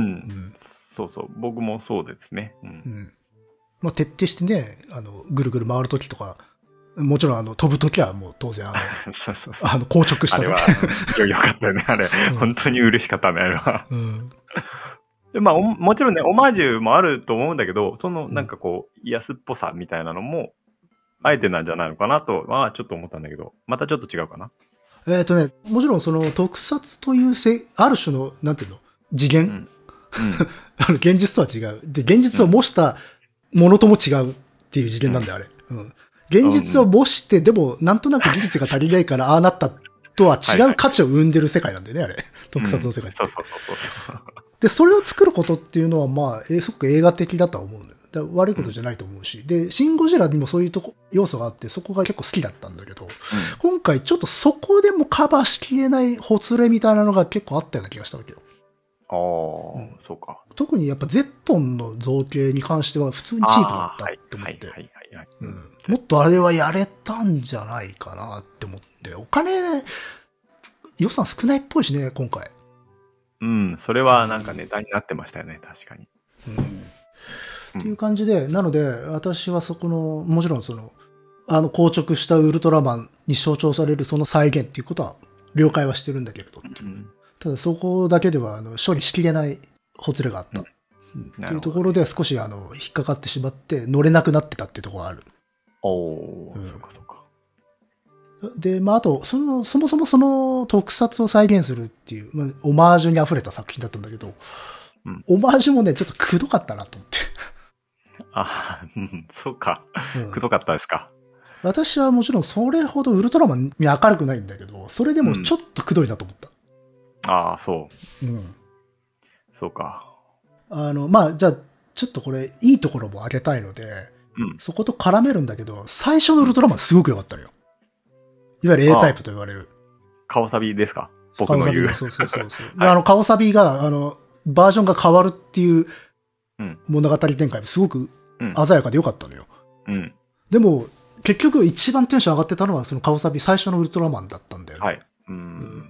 そうそう。僕もそうですね。うん。うん、 まあ、徹底してね、あの、ぐるぐる回るときとか、もちろんあの、飛ぶときはもう当然あの、 そうそうそう。 あの、硬直した、ね。 あれは、よかったよね。あれ、うん、本当に嬉しかったね、あれは。うんでまあ、もちろんね、オマージュもあると思うんだけど、そのなんかこう、安っぽさみたいなのも、あえてなんじゃないのかなと、まあちょっと思ったんだけど、またちょっと違うかな。 えっとね、もちろんその特撮というせ、ある種の、なんていうの次元、うんうん、あの現実とは違う。で、現実を模したものとも違うっていう次元なんだよ、あれ。うん。現実を模して、でもなんとなく技術が足りないからああなったとは違う価値を生んでる世界なんだよね、あれ。特撮の世界って、 うん。そうそうそうそう。 で、それを作ることっていうのは、まあ、えー、すごく映画的だとは思うのよ。だ悪いことじゃないと思うし。うん、で、シン・ゴジラにもそういうとこ、要素があって、そこが結構好きだったんだけど、うん、今回ちょっとそこでもカバーしきれないほつれみたいなのが結構あったような気がしたわけよ。 ああ、うん、そうか。 特にやっぱゼットンの造形に関しては普通にチープだったって思って。もっとあれはやれたんじゃないかなって思って。お金、予算少ないっぽいしね、今回。 うん、それはなんかネタになってましたよね、確かに。 うん。っていう感じで、なので、私はそこの、もちろんその、あの、硬直したウルトラマンに象徴されるその再現っていうことは、了解はしてるんだけれどっていう。うん、ただそこだけでは、あの、処理しきれないほつれがあった。うん、っていうところで少し、あの、引っかかってしまって、乗れなくなってたっていうところがある。 おー、うん、そうかそうか。 で、まあ、あと、その、そもそもその特撮を再現するっていう、まあ、オマージュに溢れた作品だったんだけど、うん、オマージュもね、ちょっとくどかったなと思って。 ああ、そうか、うん。くどかったですか。 私はもちろんそれほどウルトラマンに明るくないんだけど、それでもちょっとくどいなと思った。 うん、ああ、そう。 うん。 そうか。 あの、まあ、じゃあ、ちょっとこれ、いいところも上げたいので、うん、そこと絡めるんだけど、最初のウルトラマンすごく良かったのよ。いわゆる A タイプと言われる。 顔サビですか？僕の言う。 そうそうそうそう。はい、あの、顔サビが、あの、バージョンが変わるっていう物語展開もすごく鮮やかで良かったのよ。 うん。 でも、結局一番テンション上がってたのはその顔サビ最初のウルトラマンだったんだよね。 はい。うん。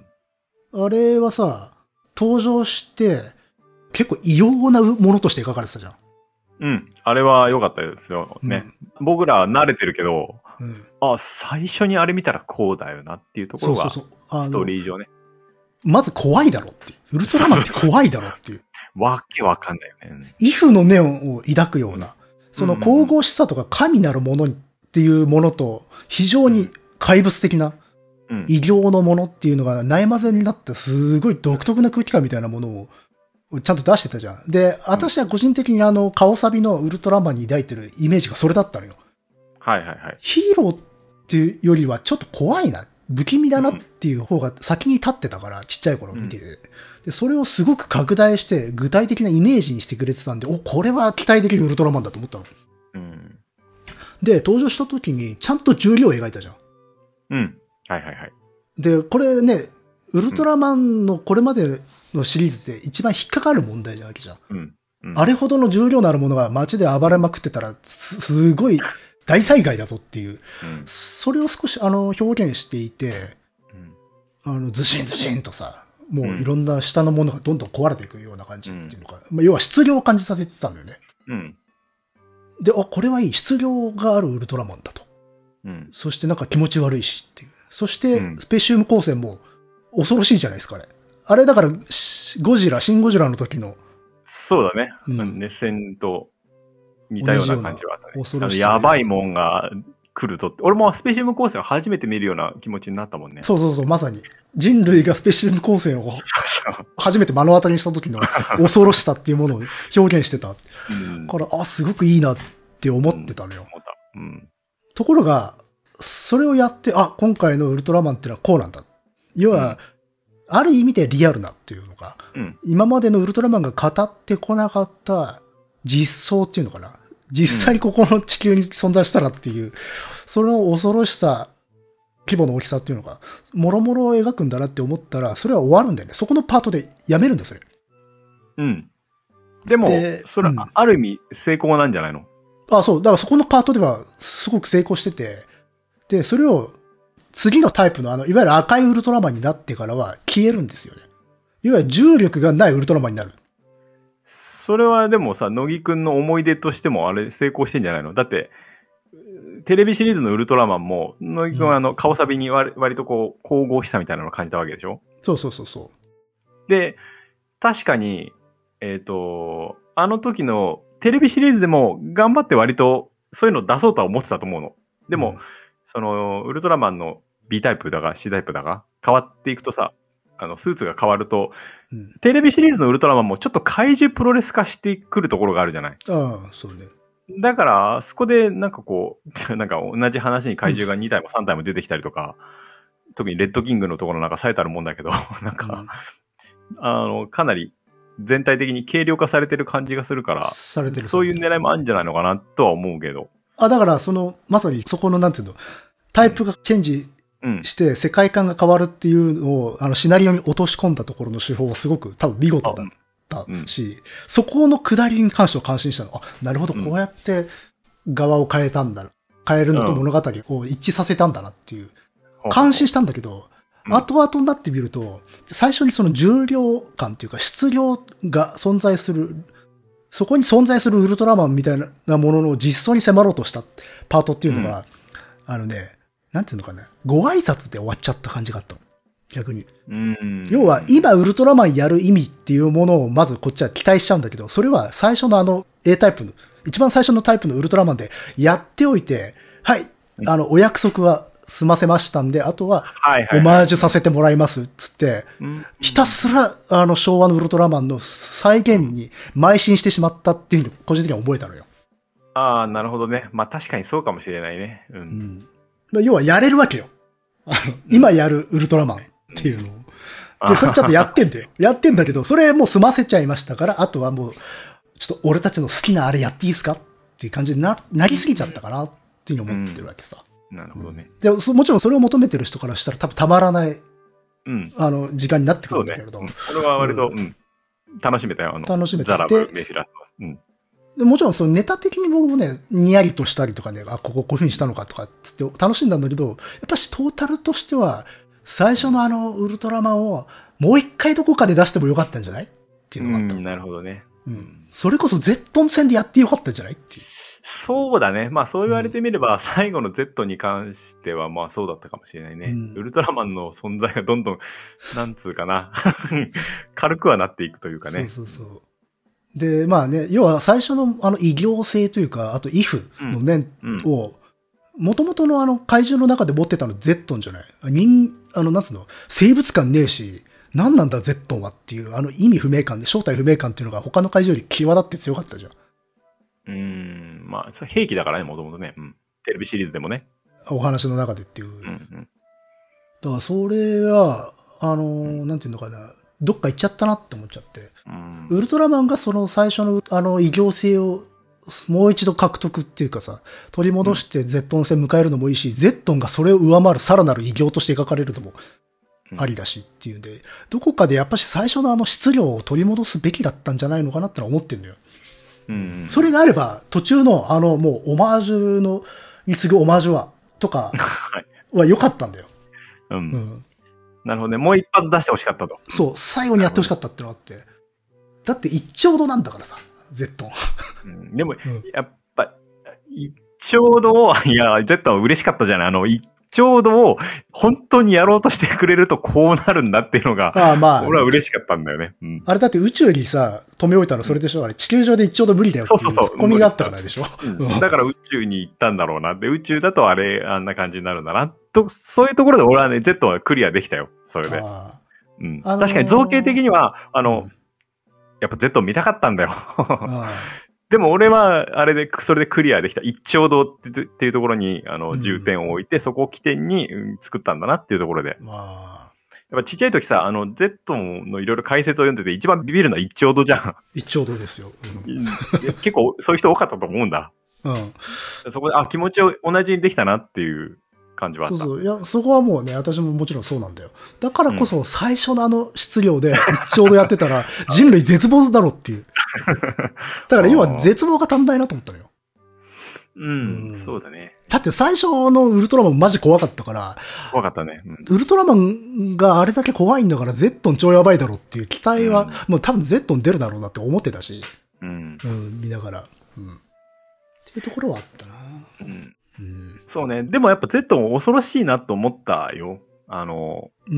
うん、あれはさ、登場して結構異様なものとして描かれてたじゃん。 うん。あれは良かったですよね。うん、僕らは慣れてるけど、うん、あ、最初にあれ見たらこうだよなっていうところが、そうそうそう、ストーリー上ね。 まず怖いだろっていう。ウルトラマンって怖いだろっていう。 わけわかんないよね。 イフのネオンを抱くような、その神々しさとか神なるものっていうものと、非常に怪物的な、異形のものっていうのがないまぜになって、すごい独特な空気感みたいなものを、ちゃんと出してたじゃん。で、私は個人的にあの、顔サビのウルトラマンに抱いてるイメージがそれだったのよ。 はいはいはい。 ヒーローっていうよりはちょっと怖いな、不気味だなっていう方が先に立ってたから、ちっちゃい頃見てて、うん、で、それをすごく拡大して具体的なイメージにしてくれてたんで、お、これは期待できるウルトラマンだと思ったの。うん、で、登場した時にちゃんと重量を描いたじゃん。 うん。はいはいはい。 で、これね、ウルトラマンのこれまでのシリーズで一番引っかかる問題じゃなきゃ。うんうん、あれほどの重量のあるものが街で暴れまくってたら、す、すごい大災害だぞっていう、うん、それを少しあの表現していて、うん、あのズシンズシンとさ、もういろんな下のものがどんどん壊れていくような感じっていうのか、うん、まあ、要は質量を感じさせてたんだよね。うん、で、あ、これはいい、質量があるウルトラマンだと。うん、そしてなんか気持ち悪いしっていう。そして、スペシウム光線も恐ろしいじゃないですか、あれ。あれだから、ゴジラ、シンゴジラの時の。 そうだね。うん、熱線と似たような感じはあったね。恐ろしい。やばいもんが来るとって。俺もスペシウム光線を初めて見るような気持ちになったもんね。 そうそうそう、まさに。人類がスペシウム光線を初めて目の当たりにした時の恐ろしさっていうものを表現してた。うん、から、あ、すごくいいなって思ってたのよ。 うん、思った。ううん。 ところが、それをやって、あ、今回のウルトラマンってのはこうなんだ。要は、うん、ある意味でリアルなっていうのが、うん、今までのウルトラマンが語ってこなかった実相っていうのかな。実際にここの地球に存在したらっていう、うん、その恐ろしさ、規模の大きさっていうのが、もろもろを描くんだなって思ったら、それは終わるんだよね。そこのパートでやめるんだよ、それ。 うん。でも、それはある意味成功なんじゃないの？ あ、そう。だからそこのパートではすごく成功してて、で、それを次のタイプのあの、いわゆる赤いウルトラマンになってからは消えるんですよね。いわゆる重力がないウルトラマンになる。 それはでもさ、乃木くんの思い出としてもあれ成功してんじゃないの？だって、テレビシリーズのウルトラマンも、乃木くんはあの、顔サビに割割とこう、神々しさみたいなのを感じたわけでしょ？ そうそうそうそう。 で、確かに、えっと、あの時のテレビシリーズでも頑張って割とそういうの出そうとは思ってたと思うの。でも、うん、その、ウルトラマンの B タイプだが C タイプだが変わっていくとさ、あの、スーツが変わると、うん、テレビシリーズのウルトラマンもちょっと怪獣プロレス化してくるところがあるじゃない？ ああ、そうね。 だから、そこでなんかこう、なんか同じ話に怪獣がに体もさん体も出てきたりとか、うん、特にレッドキングのところなんか最たるもんだけど、なんか、うん、あの、かなり全体的に軽量化されてる感じがするから、 されてるそういう狙いもあるんじゃないのかなとは思うけど。 あ、だからその、まさにそこのなんていうの、タイプがチェンジして世界観が変わるっていうのを、あの、シナリオに落とし込んだところの手法はすごく多分見事だったし、うん、そこの下りに関しては感心したの。あ、なるほど、こうやって側を変えたんだ。変えるのと物語を一致させたんだなっていう。感心したんだけど、うん、後々になってみると、最初にその重量感っていうか質量が存在する、そこに存在するウルトラマンみたいなものの実相に迫ろうとしたパートっていうのが、うん、あのね、なんていうのかな、ご挨拶で終わっちゃった感じがあったの。逆に。 うん要は、今ウルトラマンやる意味っていうものをまずこっちは期待しちゃうんだけど、それは最初のあの A タイプの、一番最初のタイプのウルトラマンでやっておいて、はい、あの、お約束は済ませましたんで、あとは、オマージュさせてもらいます、つって、ひたすら、あの、昭和のウルトラマンの再現に邁進してしまったっていうのを個人的には覚えたのよ。 ああ、なるほどね。まあ確かにそうかもしれないね。うん。 うん、要はやれるわけよ。あの、今やるウルトラマンっていうのを。で、それちょっとやってんだよ。やってんだけど、それもう済ませちゃいましたから、あとはもう、ちょっと俺たちの好きなあれやっていいですかっていう感じにな、なりすぎちゃったかなっていうのを思ってるわけさ。 うん、なるほどね。 で、もちろんそれを求めてる人からしたら多分たまらない、うん、あの、時間になってくるんだけれど。 そうね。これは割と、うん、うん、楽しめたよ。あの、 楽しめた。 ザラブ、メフィラス。うん。 でもちろんそのネタ的に僕もね、にやりとしたりとかね、あ、こここういう風にしたのかとかつって楽しんだんだけど、やっぱしトータルとしては、最初のあのウルトラマンをもう一回どこかで出してもよかったんじゃないっていうのがあった。 うん、なるほどね。 うん。それこそ Z 戦でやってよかったんじゃないっていう。 そうだね。まあそう言われてみれば、うん、最後の Z に関してはまあそうだったかもしれないね。うん、ウルトラマンの存在がどんどん、なんつうかな。軽くはなっていくというかね。 そうそうそう。で、まあね、要は最初のあの異形性というか、あとイフの念を、元々のあの怪獣の中で持ってたのゼットンじゃない。人、あの、なんつうの、生物感ねえし、何なんだゼットンはっていう、あの意味不明感で、正体不明感っていうのが他の怪獣より際立って強かったじゃん。 うーん、まあ、それ兵器だからね、もともとね。うん。テレビシリーズでもね。 お話の中でっていう。うんうん、だからそれは、あの、うん、なんていうのかな。どっか行っちゃったなって思っちゃって。うん、ウルトラマンがその最初のあの異形性をもう一度獲得っていうかさ、取り戻してゼットン戦迎えるのもいいし、うん、ゼットンがそれを上回るさらなる異形として描かれるのもありだしっていうんで、うん、どこかでやっぱし最初のあの質量を取り戻すべきだったんじゃないのかなってのは思ってんのよ。うん、それがあれば、途中のあのもうオマージュの、に次ぐオマージュは、とかは良かったんだよ。 うん。うんなるほどね。もう一発出してほしかったと。 そう。最後にやってほしかったってのがあって。だって一丁度なんだからさ、Z。 うん、でも、うん、やっぱ、一丁度を、いや、Z は嬉しかったじゃない。あの、一丁度を本当にやろうとしてくれるとこうなるんだっていうのが、ああまあ、俺は嬉しかったんだよね。うん、 あれだって宇宙にさ、止め置いたのそれでしょ、うん、あれ地球上で一丁度無理だよっていうツッコミがあったからでしょ、 うん、だから宇宙に行ったんだろうな。で、宇宙だとあれ、あんな感じになるんだな。と、そういうところで俺はね、Z はクリアできたよ。それで。あうん、あのー、確かに造形的には、あの、うん、やっぱ Z 見たかったんだよ。 でも俺は、あれで、それでクリアできた。一丁堂っていうところに、あの、重点を置いて、うん、そこを起点に作ったんだなっていうところで。まあ。やっぱちっちゃい時さ、あの、Z のいろいろ解説を読んでて、一番ビビるのは一丁堂じゃん。 一丁堂ですよ。 うん、結構、そういう人多かったと思うんだ。うん。そこで、あ、気持ちを同じにできたなっていう感じはあった。 そうそう。いや、そこはもうね、私ももちろんそうなんだよ。だからこそ、最初のあの質量で一丁堂やってたら、人類絶望だろっていう。だから要は絶望が足んないなと思ったのよ。 うん、うん、そうだね。 だって最初のウルトラマンマジ怖かったから。 怖かったね、うん。 ウルトラマンがあれだけ怖いんだから、ゼットン超やばいだろっていう期待は、うん、もう多分ゼットン出るだろうなって思ってたし。うん。うん、見ながら。うん。っていうところはあったな。うん。 うん、そうね。でもやっぱ Z も恐ろしいなと思ったよ。あの、うん、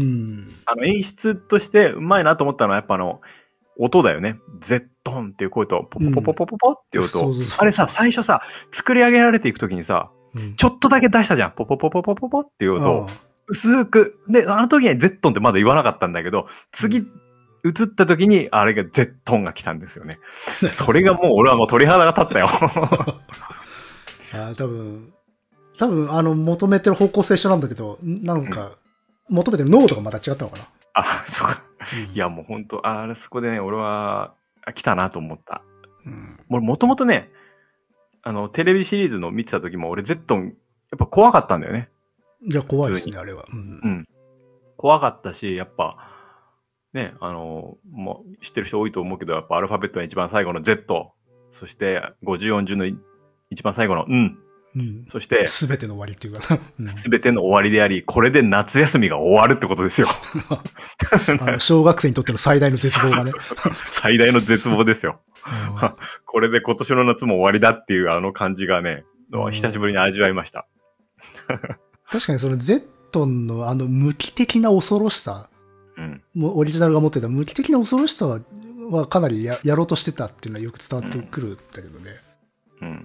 あの演出としてうまいなと思ったのはやっぱあの、音だよね。ゼットンっていう声と、ポポポポポポポっていう音。うん、そうそうそう、あれさ、最初さ、作り上げられていくときにさ、うん、ちょっとだけ出したじゃん。ポポポポポポポっていう音を。薄く。で、あの時にゼットンってまだ言わなかったんだけど、次、映った時に、あれがゼットンが来たんですよね。それがもう俺はもう鳥肌が立ったよ。 あ、多分、多分、あの、求めてる方向性一緒なんだけど、なんか、うん、求めてる濃度がまた違ったのかな。 あ、そうか。うん、いや、もう本当あれ、そこでね、俺は、来たなと思った。うん、俺、もともとね、あの、テレビシリーズの見てた時も、俺、ゼットン、やっぱ怖かったんだよね。 いや、怖いですね、あれは。うん。 うん。怖かったし、やっぱ、ね、あの、もう、知ってる人多いと思うけど、やっぱアルファベットの一番最後の Z、そして、ごじゅうよんじゅうの一番最後の、うん。うん、そして、 すべての終わりっていうかな。 すべての終わりであり、これで夏休みが終わるってことですよ。 あの小学生にとっての最大の絶望がね。 最大の絶望ですよ。これで今年の夏も終わりだっていうあの感じがね、久しぶりに味わいました。 確かにそのゼットンのあの無機的な恐ろしさ、うん、オリジナルが持ってた無機的な恐ろしさは、はかなり や, やろうとしてたっていうのはよく伝わってくるんだけどね。うん。うん、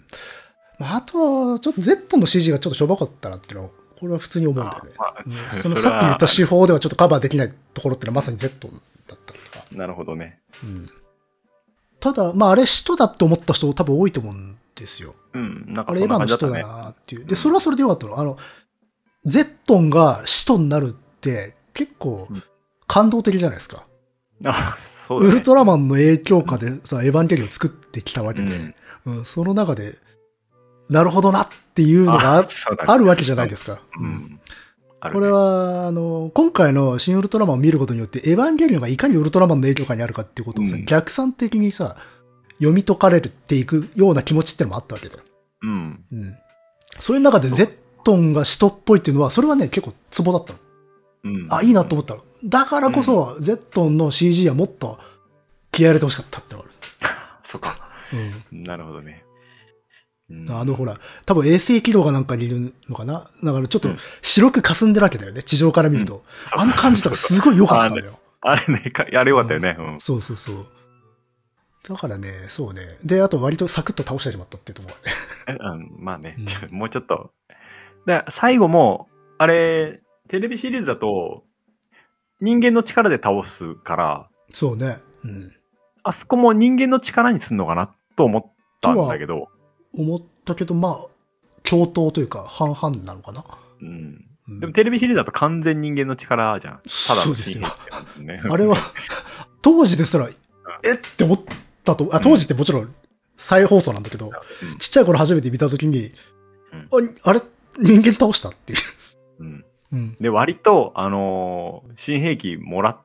まあ、あとは、ちょっと Z の シージー がちょっとしょぼかったなっていうのは、これは普通に思うんだよね。まあうん、そのさっき言った手法ではちょっとカバーできないところってのはまさに Z だったとか。 なるほどね。うん、 ただ、まああれ使徒だって思った人多分多いと思うんですよ。 うん、なんかあれエヴァの使徒だなっていう。で、それはそれでよかったの。あの、Z が使徒になるって結構感動的じゃないですか。 うん、あ、そうだね。 ウルトラマンの影響下でさ、エヴァンゲリオンを作ってきたわけで、うんうん、その中で、なるほどなっていうのが あ, あるわけじゃないですか。うん。これは、あの、今回の新ウルトラマンを見ることによって、エヴァンゲリオンがいかにウルトラマンの影響下にあるかっていうことをさ、うん、逆算的にさ、読み解かれていくような気持ちってのもあったわけだよ。うん。うん。そういう中でゼットンが使徒っぽいっていうのは、それはね、結構ツボだったの。うん。あ、いいなと思ったの。だからこそ、うん、ゼットンの シージー はもっと気合入れてほしかったってのがある。 そっか。うん。なるほどね。 あのほら、多分衛星軌道がなんかにいるのかな。だからちょっと白く霞んでるわけだよね。地上から見ると。うん、あの感じとかすごい良かったんだよ。 あれね、あれ良かったよね、うん。 そうそうそう。だからね、そうね。で、あと割とサクッと倒してしまったっていうところはね。うん、まあね、うん、もうちょっと。で、最後も、あれ、テレビシリーズだと、人間の力で倒すから。 そうね。うん。 あそこも人間の力にすんのかなと思ったんだけど。 思ったけど、まあ、共闘というか、半々なのかな。 うん。うん、でもテレビシリーズだと完全人間の力じゃん。ただの新兵器、 ね。あれは、当時ですら、えって思ったと、あ、当時ってもちろん再放送なんだけど、うん、ちっちゃい頃初めて見たときに、うん、あ、あれ、人間倒したっていう。 うんうん、で、割と、あのー、新兵器もらって、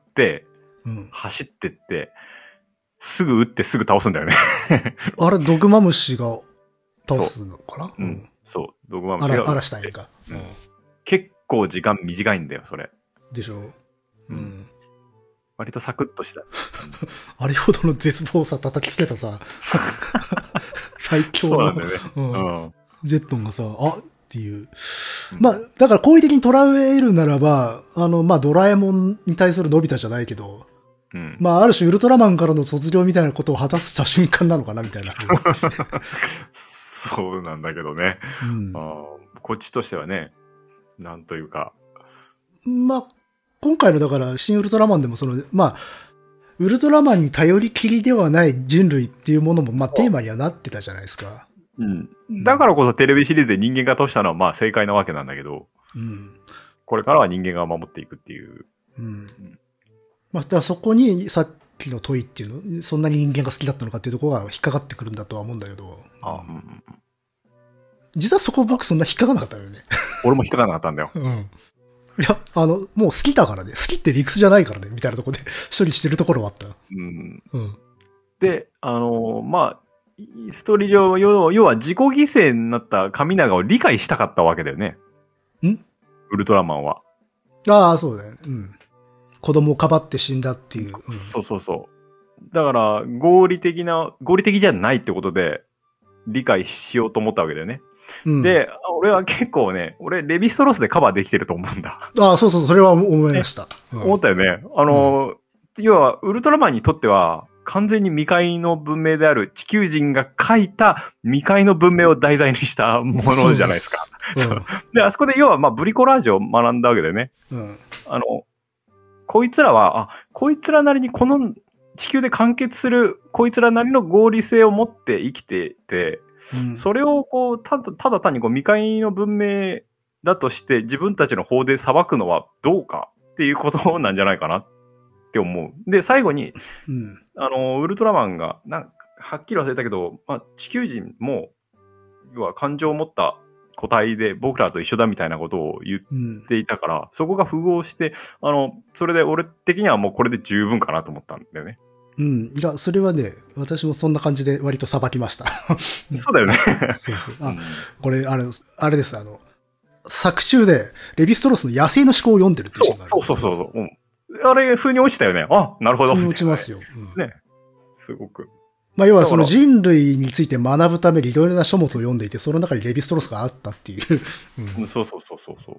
うん、走ってって、すぐ撃ってすぐ倒すんだよね。 あれ、ドグマムシが、倒すのかな。 うん。そう。ドグマムシが。 荒らしたんやか。 うん。結構時間短いんだよ、それ。 でしょ。うん。 割とサクッとした。 あれほどの絶望さ叩きつけたさ、最強の。 そうなんだよね。うん。 ゼットンがさ、あっていう。まあ、だから好意的に捉えるならば、あの、まあ、ドラえもんに対するのび太じゃないけど、うん、まあ、ある種ウルトラマンからの卒業みたいなことを果たした瞬間なのかな、みたいな。 そうなんだけどね。うん、あこっちとしてはね、なんというか。 まあ、今回のだから、新ウルトラマンでもその、まあ、 ウルトラマンに頼りきりではない人類っていうものも、まあテーマにはなってたじゃないですか。 うん。だからこそテレビシリーズで人間が通したのはまあ正解なわけなんだけど、 うん。 これからは人間が守っていくっていう。 うん。うん、まあ、だからそこにさっきの問いっていうの、そんなに人間が好きだったのかっていうところが引っかかってくるんだとは思うんだけど。 ああ、うん。 実はそこ僕そんな引っかかなかったよね。 俺も引っかかなかったんだよ。 うん。いや、あの、もう好きだからね。好きって理屈じゃないからね。みたいなところで処理してるところはあった。 うん。 うん。 で、あのー、まあ、ストーリー上、要要は自己犠牲になった神長を理解したかったわけだよね。 んウルトラマンは。 ああ、そうだよね。うん。子供をかばって死んだっていう。うん、 そうそうそう。だから、合理的な、合理的じゃないってことで、理解しようと思ったわけだよね。うん、で、俺は結構ね、俺、レヴィストロスでカバーできてると思うんだ。 ああ、そうそう、それは思いました。 うん、思ったよね。あの、うん、要は、ウルトラマンにとっては、完全に未開の文明である地球人が書いた未開の文明を題材にしたものじゃないですか。そう。で、あそこで要は、まあ、ブリコラージュを学んだわけだよね。うん。あの、こいつらは、あ、こいつらなりにこの地球で完結する、こいつらなりの合理性を持って生きてて、うん、それをこう、ただ、ただ単にこう未開の文明だとして自分たちの法で裁くのはどうかっていうことなんじゃないかなって思う。で、最後に、うん、あの、ウルトラマンが、なんはっきり忘れたけど、まあ、地球人も、要は感情を持った個体で僕らと一緒だみたいなことを言っていたから、うん、そこが符合して、あの、それで俺的にはもうこれで十分かなと思ったんだよね。 うん。いや、それはね、私もそんな感じで割と裁きました。 そうだよね。 そうそう。あ、うん、これ、あれ、あれです、あの、作中で、レヴィストロスの野生の思考を読んでるっていうシーンがある。 そうそうそうそう。うん。あれ、風に落ちたよね。あ、なるほど。 風に落ちますよ。 うん、ね。すごく。 まあ、要はその人類について学ぶためにいろいろな書物を読んでいて、その中にレヴィストロスがあったっていう。 うん、そうそうそうそうそう。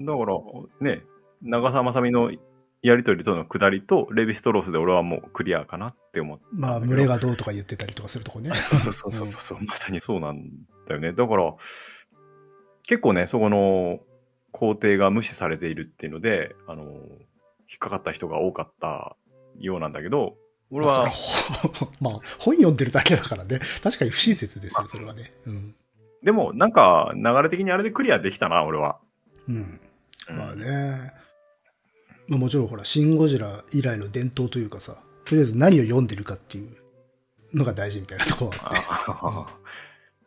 だから、ね、長澤まさみのやりとりとの下りと、レヴィストロスで俺はもうクリアかなって思った。 まあ、群れがどうとか言ってたりとかするとこね。 そうそうそうそうそう、うん、まさにそうなんだよね。だから、結構ね、そこの工程が無視されているっていうので、あの、引っかかった人が多かったようなんだけど、俺は、 まあ、本読んでるだけだからね。確かに不親切ですよ、それはね。うん、 でも、なんか、流れ的にあれでクリアできたな、俺は。 うん。まあね。まあ、もちろん、ほら、シン・ゴジラ以来の伝統というかさ、とりあえず何を読んでるかっていうのが大事みたいなところはあって。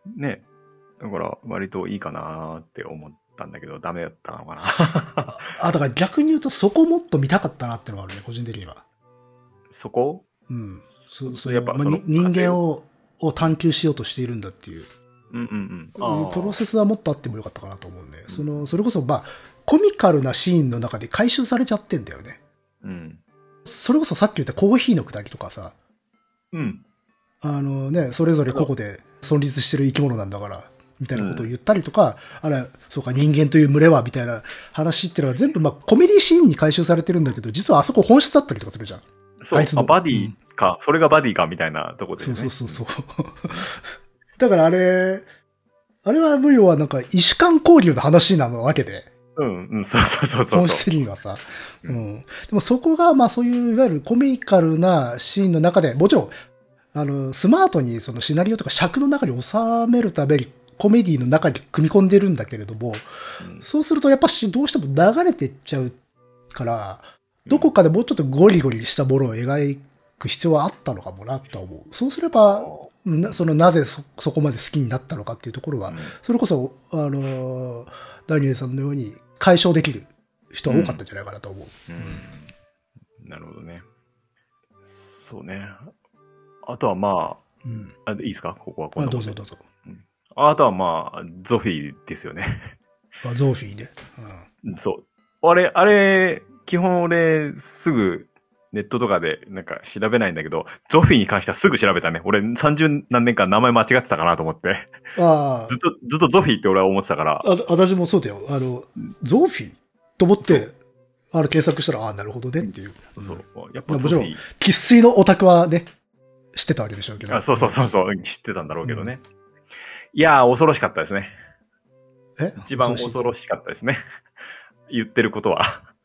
うん、ね。だから、割といいかなって思ったんだけど、ダメだったのかな。 あ、だから逆に言うと、そこもっと見たかったなってのがあるね、個人的には。 そこうん。そうそう、やっぱ、まあ、人間をを探求しようとしているんだっていう。 うんうんうん。 プロセスはもっとあってもよかったかなと思うんで、うん、その、それこそ、まあ、コミカルなシーンの中で回収されちゃってんだよね。うん。それこそさっき言ったコーヒーのくだりとかさ。 うん。 あのね、それぞれ個々で存立してる生き物なんだから、みたいなことを言ったりとか、うん、あれ、そうか、人間という群れは、みたいな話っていうのが全部、まあ、コメディシーンに回収されてるんだけど、実はあそこ本質だったりとかするじゃん。 そう、あいつのあバディか、うん、それがバディか、みたいなとこでね。 そうそうそうそう。だからあれ、あれは無料はなんか、異種間交流の話なわけで。 うん、うん、そうそうそうそう。 本質的にはさ。うん。でもそこが、まあそういう、いわゆるコミカルなシーンの中で、もちろん、あの、スマートにそのシナリオとか尺の中に収めるために、コメディの中に組み込んでるんだけれども、うん、そうするとやっぱしどうしても流れていっちゃうから、どこかでもうちょっとゴリゴリしたものを描く必要はあったのかもなとは思う。そうすれば、なそのなぜ そ, そこまで好きになったのかっていうところは、うん、それこそ、あの、ダニエルさんのように解消できる人は多かったんじゃないかなと思う。 うんうん、なるほどね。そうね。あとはまあ、うん、あいいですかここはこんなあどうぞどうぞ、 うん。あとはまあ、ゾフィーですよね。 あゾフィーね、 うん。そう。あれ、あれ、基本俺、すぐ、ネットとかでなんか調べないんだけど、ゾフィーに関してはすぐ調べたね。俺さんじゅうなんねんかん名前間違ってたかなと思って。ああ。ずっと、ずっとゾフィーって俺は思ってたから。 あ、私もそうだよ。あの、ゾフィーと思って、あれ検索したら、ああ、なるほどねっていう。 そうそう。 やっぱもちろん、生粋のオタクはね、知ってたわけでしょうけど。 あそうそうそうそう、知ってたんだろうけどね。うん、いやー、恐ろしかったですね。 え一番恐ろしかったですね。言ってることは。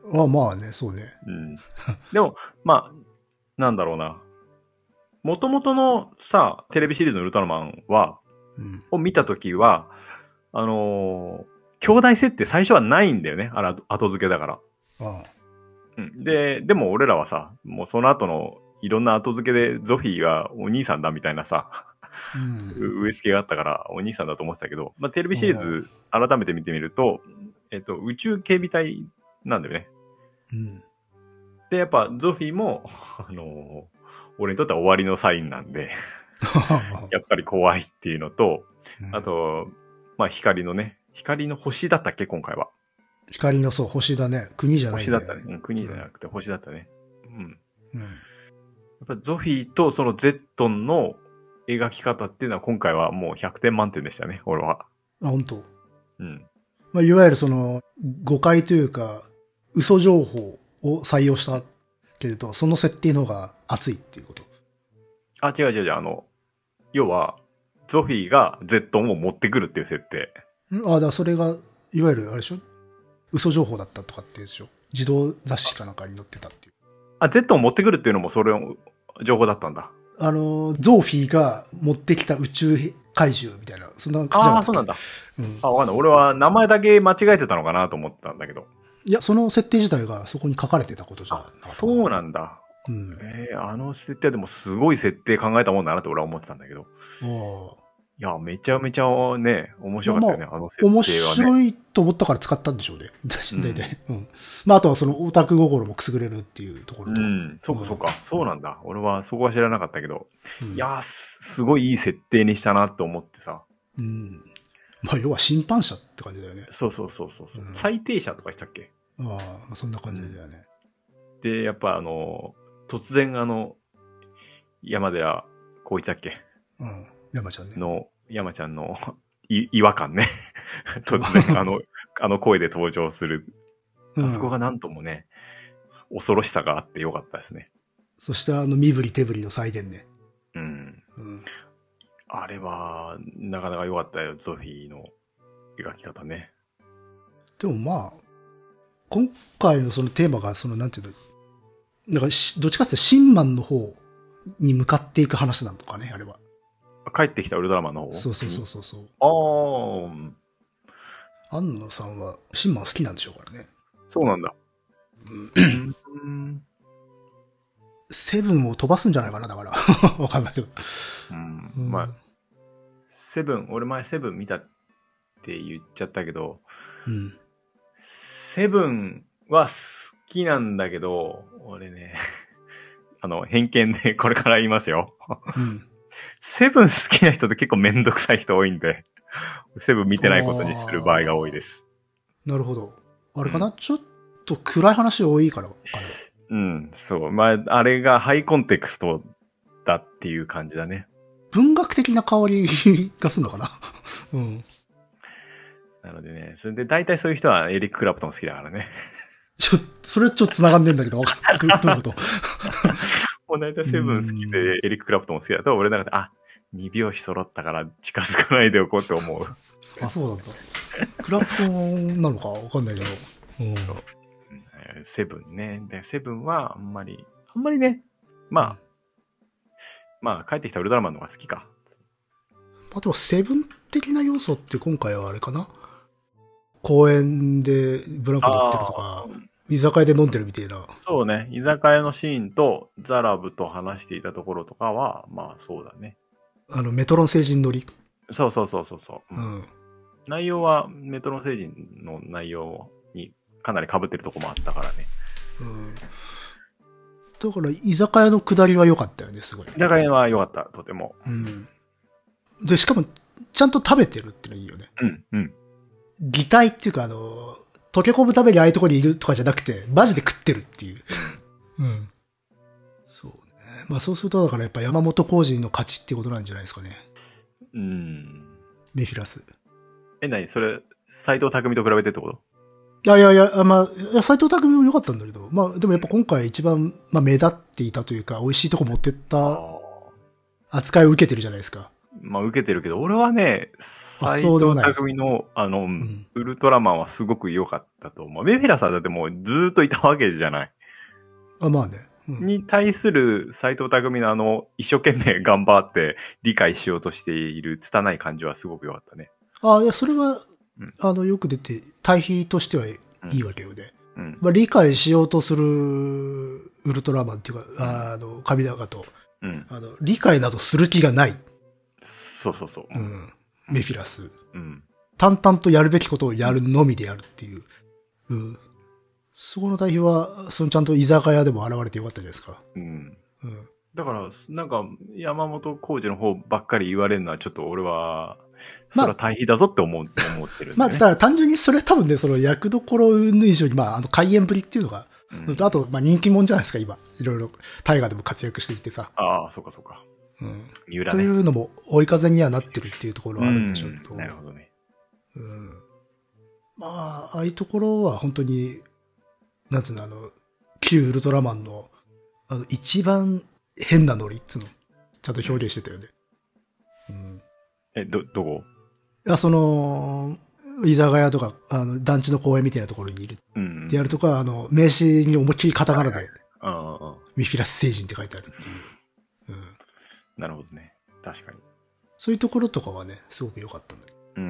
あ、まあね、そうね。 うん。でも、まあ、なんだろうな。元々のさ、テレビシリーズのウルトラマンは、うん、を見たときは、あのー、兄弟設定最初はないんだよね。あら、後付けだから。ああ、うん。で、でも俺らはさ、もうその後のいろんな後付けでゾフィーがお兄さんだみたいなさ、うん、植え付けがあったからお兄さんだと思ってたけど、まあ、テレビシリーズ改めて見てみると、えっと、宇宙警備隊なんだよね。うん。で、やっぱゾフィーも、あのー、俺にとっては終わりのサインなんで、やっぱり怖いっていうのと、あと、まあ光のね、光の星だったっけ今回は。 光のそう、星だね。国じゃないんだよね。星だったね。うん、国じゃなくて星だったね。うん。うん、やっぱゾフィーとそのゼットンの描き方っていうのは今回はもうひゃくてん満点でしたね、俺は。 あ、本当。うん。まあ、いわゆるその、誤解というか、嘘情報を採用したけれど、その設定の方が熱いっていうこと。 あ、違う違う違う、あの、要は、ゾフィーがゼットンを持ってくるっていう設定。 ああ、だからそれが、いわゆるあれでしょ、嘘情報だったとかってでしょ、児童雑誌かなんかに載ってたっていう。 あ、ゼットンを持ってくるっていうのもそれ情報だったんだ。 あの、ゾーフィーが持ってきた宇宙怪獣みたいな、そんな感じじゃなくて。 ああ、そうなんだ。うん、あ、わかんない。俺は名前だけ間違えてたのかなと思ったんだけど。 いや、その設定自体がそこに書かれてたことじゃなかった。 そうなんだ。うん、えー、あの設定でもすごい設定考えたもんだなって俺は思ってたんだけど。いや、めちゃめちゃね、面白かったよね、まあ、あの設定はね。面白いと思ったから使ったんでしょうね。大体。うん。うん、まあ、あとはそのオタク心もくすぐれるっていうところと。 うん。そうかそうか。うん、そうなんだ。俺はそこは知らなかったけど。うん、いやー、すごいいい設定にしたなと思ってさ。うん。 まあ、要は審判者って感じだよね。 そうそうそうそう、うん。最低者とかしたっけ？ ああ、そんな感じだよね。 で、やっぱあの、突然あの、山寺宏一だっけ？ うん。山ちゃんね。 の、山ちゃんのい違和感ね。突然あの、あの声で登場する。あそこがなんともね、恐ろしさがあってよかったですね。 そしてあの身振り手振りの再現ね。うん。 うん、あれは、なかなか良かったよ、ゾフィーの描き方ね。 でもまあ、今回のそのテーマが、そのなんていうの、なんかどっちかっていうとシンマンの方に向かっていく話なんとかね、あれは。 帰ってきたウルトラマンの方？ そうそうそうそうそう。 ああ。安野さんはシンマン好きなんでしょうからね。 そうなんだ。 うん、セブンを飛ばすんじゃないかな、だから。わかんないけど。 うん。うん、まあ、セブン、俺前セブン見たって言っちゃったけど、うん、セブンは好きなんだけど、俺ね、あの、偏見でこれから言いますよ。うんセブン好きな人って結構めんどくさい人多いんで、セブン見てないことにする場合が多いです。 なるほど。あれかな、うん、ちょっと暗い話多いからかな。うん、そう。まあ、あれがハイコンテクストだっていう感じだね。 文学的な香りがするのかなうん。 なのでね、それで大体そういう人はエリック・クラプトン好きだからね。 ちょ、それちょっと繋がんねえんだけど、わかんない。どういうこともう大体セブン好きでエリック・クラプトンも好きだと、俺の中で、あ、二拍子揃ったから近づかないでおこうと思う。 あ、そうなんだ。クラプトンなのかわかんないけど。うん、 セブンね。で、セブンはあんまり、あんまりね、まあ、まあ帰ってきたウルトラマンの方が好きか。 あとはセブン的な要素って今回はあれかな、公園でブランコ乗ってるとか、居酒屋で飲んでるみたいな。 そうね。居酒屋のシーンとザラブと話していたところとかは、まあそうだね。 あの、メトロン星人乗り。 そうそうそうそうそう、うん。内容はメトロン星人の内容にかなり被ってるとこもあったからね。うん。 だから居酒屋の下りは良かったよね、すごい。 居酒屋は良かった、とても。 うん。で、しかも、ちゃんと食べてるってのいいよね。 うん、うん。 擬態っていうか、あの、溶け込むためにああいうところにいるとかじゃなくて、マジで食ってるっていう。うん。そうね。まあそうすると、だからやっぱ山本浩二の勝ちってことなんじゃないですかね。うん。メフィラス。 え、なにそれ、斎藤匠と比べてってこと？ いやいやいや、まあ、斎藤匠も良かったんだけど、まあでもやっぱ今回一番、まあ目立っていたというか、美味しいとこ持ってった扱いを受けてるじゃないですか。 まあ受けてるけど、俺はね、斎藤匠の、あの、うん、ウルトラマンはすごく良かったと思う。メフィラスはだってもうずーっといたわけじゃない。 あ、まあね。 うん、に対する斎藤匠のあの、一生懸命頑張って理解しようとしている拙い感じはすごく良かったね。 ああ、いや、それは、うん、あの、よく出て、対比としてはいいわけよね。うんうん、まあ、理解しようとするウルトラマンっていうか、うん、あの、神高と、うん、あの、理解などする気がない。 そうそうそう。 うん。メフィラス。 うん。 淡々とやるべきことをやるのみでやるっていう。うん。そこの対比は、そのちゃんと居酒屋でも現れてよかったじゃないですか。 うん。うん。だから、なんか、山本浩二の方ばっかり言われるのは、ちょっと俺は、それは対比だぞって思う、まあ、思ってるんで、ね。 まあ、だから単純にそれ多分ね、その役どころ以上に、まあ、あの、開演ぶりっていうのが、うん、あと、まあ人気者じゃないですか、今。いろいろ、大河でも活躍していてさ。 ああ、そうかそうか。 うん。三浦ね。というのも追い風にはなってるっていうところはあるんでしょうけど。 うん、なるほどね。 うん。まあ、ああいうところは本当に、なんつうの、あの、旧ウルトラマンの、あの、一番変なノリっつうの、ちゃんと表現してたよね。うん。 え、ど、どこ？ いや、その、居酒屋とか、あの、団地の公園みたいなところにいる。うん。でやるとか、あの、名刺に思いっきりカタカナで、ミフィラス星人って書いてあるっていう。うん。 なるほどね。確かに。 そういうところとかはね、すごく良かったんだけど。 うん。うん。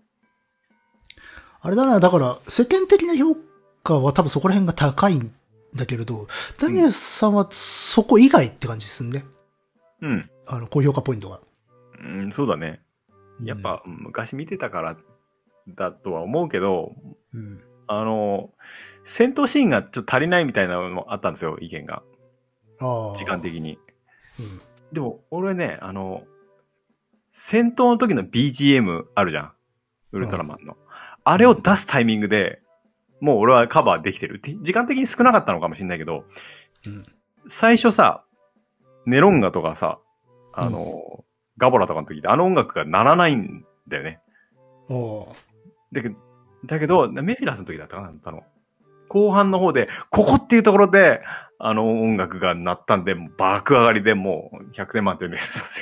あれだな、だから、世間的な評価は多分そこら辺が高いんだけれど、ダニエルさんはそこ以外って感じですね。 うん。 あの、高評価ポイントが。 うん、そうだね。やっぱ、うん、昔見てたからだとは思うけど、うん、あの、戦闘シーンがちょっと足りないみたいなのもあったんですよ、意見が。 ああ。 時間的に。 うん、 でも、俺ね、あの、戦闘の時の ビージーエム あるじゃん。ウルトラマンの。あ, あれを出すタイミングで、もう俺はカバーできてる。時間的に少なかったのかもしれないけど、 うん、最初さ、ネロンガとかさ、あの、うん、ガボラとかの時ってあの音楽が鳴らないんだよね。だけど、だけど、メフィラスの時だったかな、あの、後半の方で、ここっていうところで、あの音楽が鳴ったんで、爆上がりでもうひゃくてん満点です。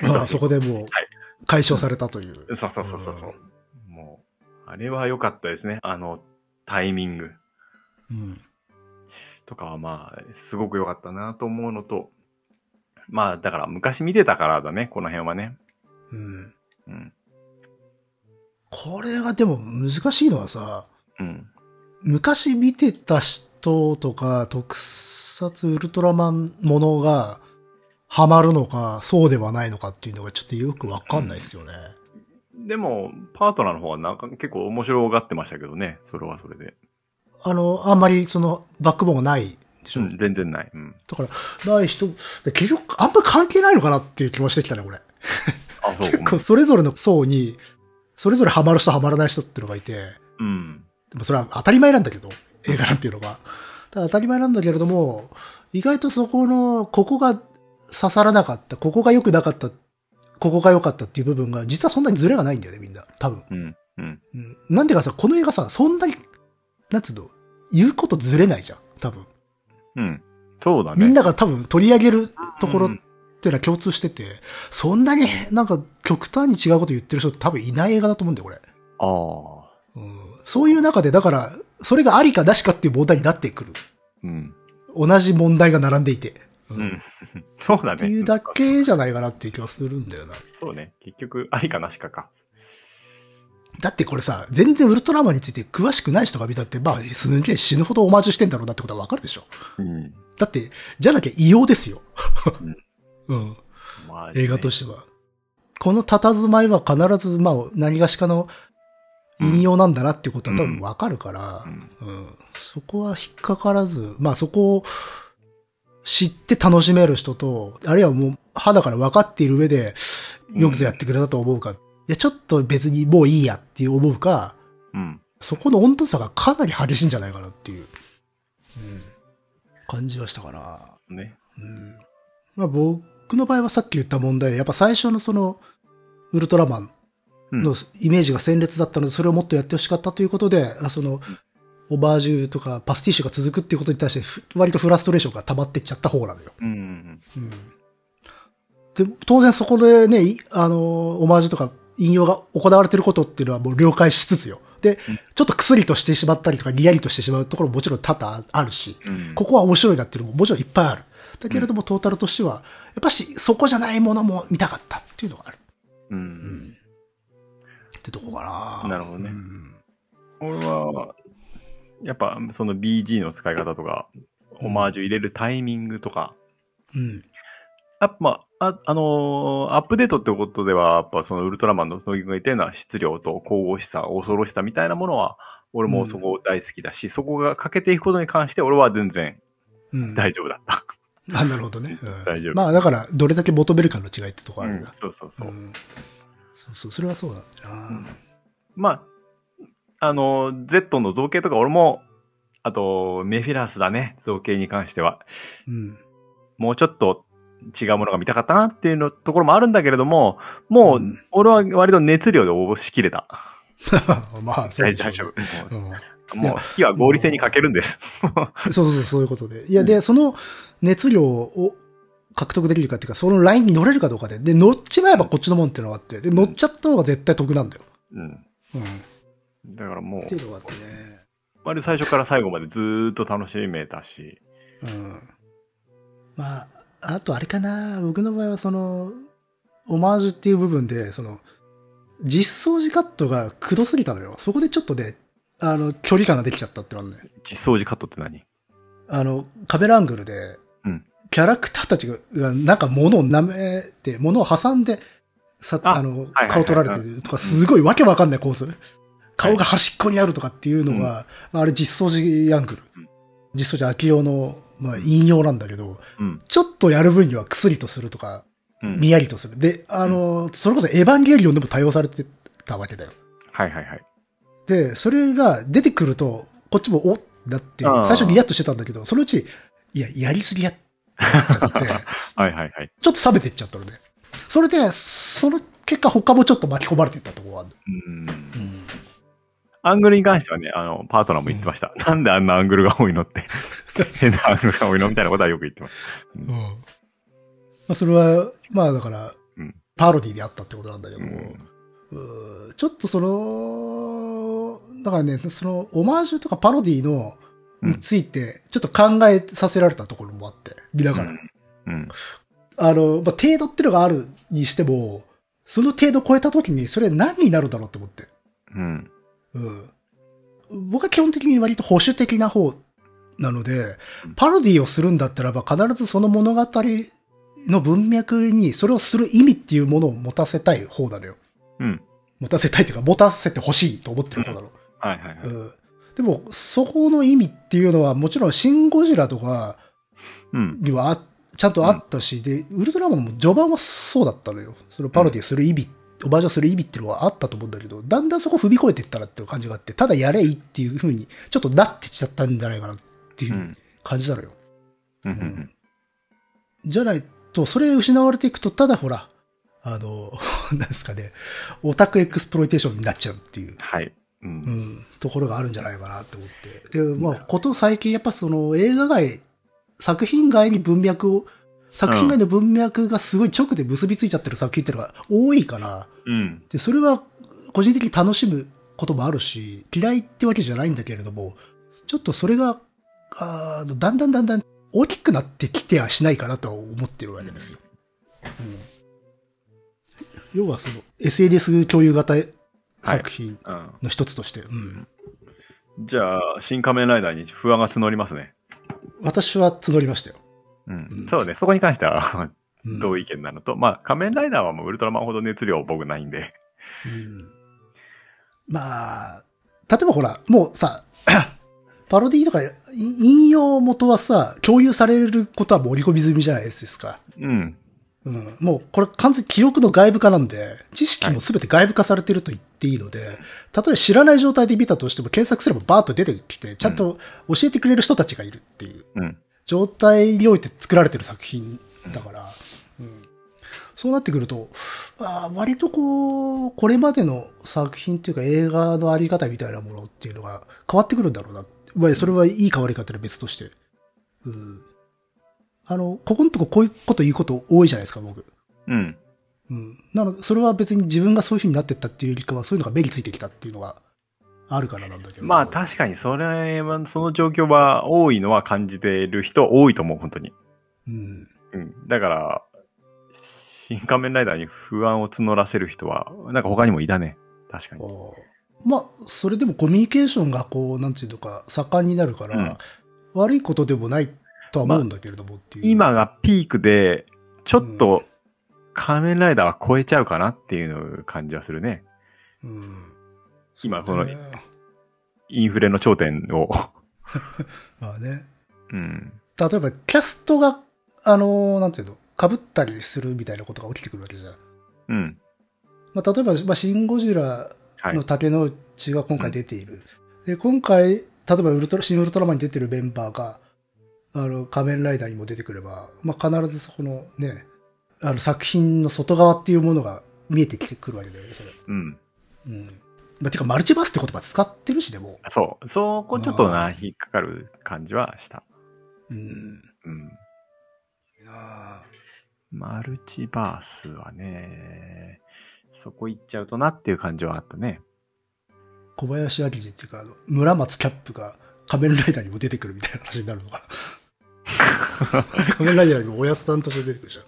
ああ、そこでもう、解消されたという。 うん、そうそうそうそう。うん、もう、あれは良かったですね。あの、タイミング。 うん。 とかはまあ、すごく良かったなと思うのと、まあ、だから昔見てたからだね、この辺はね。 うん。 うん。 これがでも難しいのはさ、 うん。 昔見てた人とか、特撮ウルトラマンものがハマるのか、そうではないのかっていうのがちょっとよくわかんないですよね。 うん、でも、パートナーの方はなんか結構面白がってましたけどね、それはそれで。 あの、あんまりそのバックボーンがないでしょ、 うん、全然ない。うん。 だから、ない人、結局あんまり関係ないのかなっていう気もしてきたね、これ。 あ、そう。 結構それぞれの層に、それぞれハマる人ハマらない人っていうのがいて、 うん。 でもそれは当たり前なんだけど、映画なんていうのが。ただ当たり前なんだけれども、意外とそこの、ここが刺さらなかった、ここが良くなかった、ここが良かったっていう部分が、実はそんなにズレがないんだよね、みんな。多分。 うん。うん。 うん、なんでかさ、この映画さ、そんなに、なんつうの、言うことずれないじゃん、多分。 うん。そうだね。 みんなが多分取り上げるところっていうのは共通してて、うん、そんなになんか極端に違うこと言ってる人って多分いない映画だと思うんだよ、これ。 ああ。 うん、そういう中で、だから、それがありかなしかっていう問題になってくる。 うん。 同じ問題が並んでいて。 うん。うん、そうだね。 っていうだけじゃないかなっていう気がするんだよな。 そうね。結局、ありかなしかか。 だってこれさ、全然ウルトラマンについて詳しくない人が見たって、まあ、すんげえ死ぬほどオマージュしてんだろうなってことはわかるでしょ。 うん。 だって、じゃなきゃ異様ですよ。うん。うん。 まあね、 映画としては。この佇まいは必ず、まあ、何がしかの引用なんだなっていうことは多分わかるから、うんうんうん、そこは引っかからず、まあそこを知って楽しめる人と、あるいはもう肌から分かっている上で、よくぞやってくれたと思うか、うん、いやちょっと別にもういいやっていう思うか、 うん、 そこの温度差がかなり激しいんじゃないかなっていう、うん、感じはしたかな。 ね。 うん。まあ僕の場合はさっき言った問題、やっぱ最初のその、ウルトラマンのイメージが鮮烈だったので、それをもっとやってほしかったということで、その、オバージュとかパスティッシュが続くっていうことに対して、割とフラストレーションが溜まってっちゃった方なのよ。 うんうんうん。 で、当然そこでね、あの、オマージュとか引用が行われてることっていうのはもう了解しつつよ。で、うん、ちょっと薬としてしまったりとか、リアリとしてしまうところももちろん多々あるし、うん、ここは面白いなっていうのももちろんいっぱいある。だけれども、トータルとしては、やっぱし、そこじゃないものも見たかったっていうのがある。うん。うん、ってとこかな。 なるほどね。うん、俺は、やっぱ、その ビージー の使い方とか、オマージュ入れるタイミングとか、うん。やっぱ、まあ、あ、あのー、アップデートってことでは、やっぱそのウルトラマンのその言ってるのは質量と神々しさ、恐ろしさみたいなものは、俺もそこ大好きだし、うん、そこが欠けていくことに関して俺は全然大丈夫だった。 うん、あ、なるほどね。うん、 大丈夫。 まあだから、どれだけ求めるかの違いってとこあるんだ、 うん。そうそうそう。うん、 そうそう、それはそうなんだな、うん。 まあ、あのー、Z の造形とか俺も、あと、メフィラスだね、造形に関しては。うん、もうちょっと違うものが見たかったなっていうのところもあるんだけれども、もう、俺は割と熱量で応募しきれた。 まあ、そう大丈夫。うん、もう好きは合理性に欠けるんです。 そうそう、そういうことで。いや、で、その熱量を獲得できるかっていうか、そのラインに乗れるかどうかで、で、乗っちまえばこっちのもんっていうのがあって、で、乗っちゃった方が絶対得なんだよ。うん。 うん。だからもう、 っていうのがあってね。 割と最初から最後までずーっと楽しめたし。 うん。まあ、あとあれかな、僕の場合はその、オマージュっていう部分で、その、実装時カットがくどすぎたのよ。そこでちょっとね、あの、距離感ができちゃったってのあるね。 実装時カットって何？ あの、カメラアングルで、うん、キャラクターたちが、なんか物を舐めて、物を挟んで、さ、あ, あの、顔取られてるとか、すごいわけわかんないコース。顔が端っこにあるとかっていうのが、うん、あれ実装時アングル。実装時秋用の、まあ、引用なんだけど、うん、ちょっとやる分には薬とするとか、うん、にやりとする。で、あの、うん、それこそエヴァンゲリオンでも対応されてたわけだよ。 はいはいはい。 で、それが出てくると、こっちもおっだって、最初にやっとしてたんだけど、そのうち、いや、やりすぎやっちゃって、 はいはいはい。 ちょっと冷めていっちゃったので。それで、その結果他もちょっと巻き込まれていったところがある。うん、うん。 アングルに関してはね、あの、パートナーも言ってました。うん、なんであんなアングルが多いのって。変なアングルが多いのみたいなことはよく言ってました。うん。うん、まあ、それは、まあだから、うん、パロディであったってことなんだけども、うん、ちょっとその、だからね、その、オマージュとかパロディの、について、ちょっと考えさせられたところもあって、見ながら。うんうん、あの、まあ、程度ってのがあるにしても、その程度超えた時に、それ何になるんだろうって思って。うん。うん。僕は基本的に割と保守的な方なので、パロディをするんだったらば、必ずその物語の文脈に、それをする意味っていうものを持たせたい方なのよ。うん。持たせたいというか、持たせてほしいと思ってる方なの。 うん、はいはいはい。うんでも、そこの意味っていうのは、もちろん、シン・ゴジラとかにはあ、うん、ちゃんとあったし、うん、で、ウルトラマンも序盤はそうだったのよ。そのパロディする意味、うん、オマージュする意味っていうのはあったと思うんだけど、だんだんそこ踏み越えていったらっていう感じがあって、ただやれいいっていう風に、ちょっとなってきちゃったんじゃないかなっていう感じなのよ。うんうん、じゃないと、それ失われていくと、ただほら、あの、なんですかね、オタクエクスプロイテーションになっちゃうっていう。 はい。 うん、うん、ところがあるんじゃないかなって思って。で、まあ、こと最近やっぱその映画外、作品外に文脈を、作品外の文脈がすごい直で結びついちゃってる作品っていうのが多いから、うん、で、それは個人的に楽しむこともあるし、嫌いってわけじゃないんだけれども、ちょっとそれが、あの、だんだんだんだん大きくなってきてはしないかなとは思ってるわけですよ。うん、要はその エスエヌエス 共有型作品の一つとして、はいうんうん。じゃあ、新仮面ライダーに不安が募りますね。 私は募りましたよ。 うん。うん、そうね。そこに関しては同意見なのと、うん、まあ、仮面ライダーはもうウルトラマンほど熱量僕ないんで。うん、 まあ、例えばほら、もうさ、パロディとか引用元はさ、共有されることは盛り込み済みじゃないですか。うん。うん、もうこれ完全に記憶の外部化なんで、知識もすべて外部化されてると言っていいので、はい、たとえ知らない状態で見たとしても検索すればバーッと出てきて、ちゃんと教えてくれる人たちがいるっていう状態において作られてる作品だから、うんうん、そうなってくると、あ割とこう、これまでの作品っていうか映画のあり方みたいなものっていうのが変わってくるんだろうな。まあ、それはいい変わり方は別として。うんあの、ここのとここういうこと言うこと多いじゃないですか、僕。 うん。 うん。なので、それは別に自分がそういう風になってったっていうよりかは、そういうのが目についてきたっていうのがあるからなんだけど。 まあ確かにそれは、その状況は多いのは感じてる人多いと思う、本当に。 うん。 うん。だから、新仮面ライダーに不安を募らせる人は、なんか他にもいたね。確かに。 まあ、それでもコミュニケーションがこう、なんていうのか、盛んになるから、うん、悪いことでもないとは思うんだけれどもっていう。 まあ、今がピークで、ちょっと仮面ライダーは超えちゃうかなっていう感じはするね。 うん、 今このインフレの頂点を。 まあね。 うん。 例えばキャストが、あの、なんていうの、被ったりするみたいなことが起きてくるわけじゃん。 うん。 まあ、例えば、まあ、シン・ゴジラの竹野内が今回出ている。はい、で、今回、例えばウルトラ、シン・ウルトラマンに出てるメンバーが、あの、仮面ライダーにも出てくれば、まあ、必ずそこのね、あの作品の外側っていうものが見えてきてくるわけだよね、それ。 うん。 うん。まあ、てか、マルチバースって言葉使ってるし、でも。 そう。そこちょっとな、引っかかる感じはした。 うん。 うん。あマルチバースはね、そこ行っちゃうとなっていう感じはあったね。 小林明治っていうか、村松キャップが仮面ライダーにも出てくるみたいな話になるのかな。仮面ライダーにもおやつさんとして出てくるじゃん。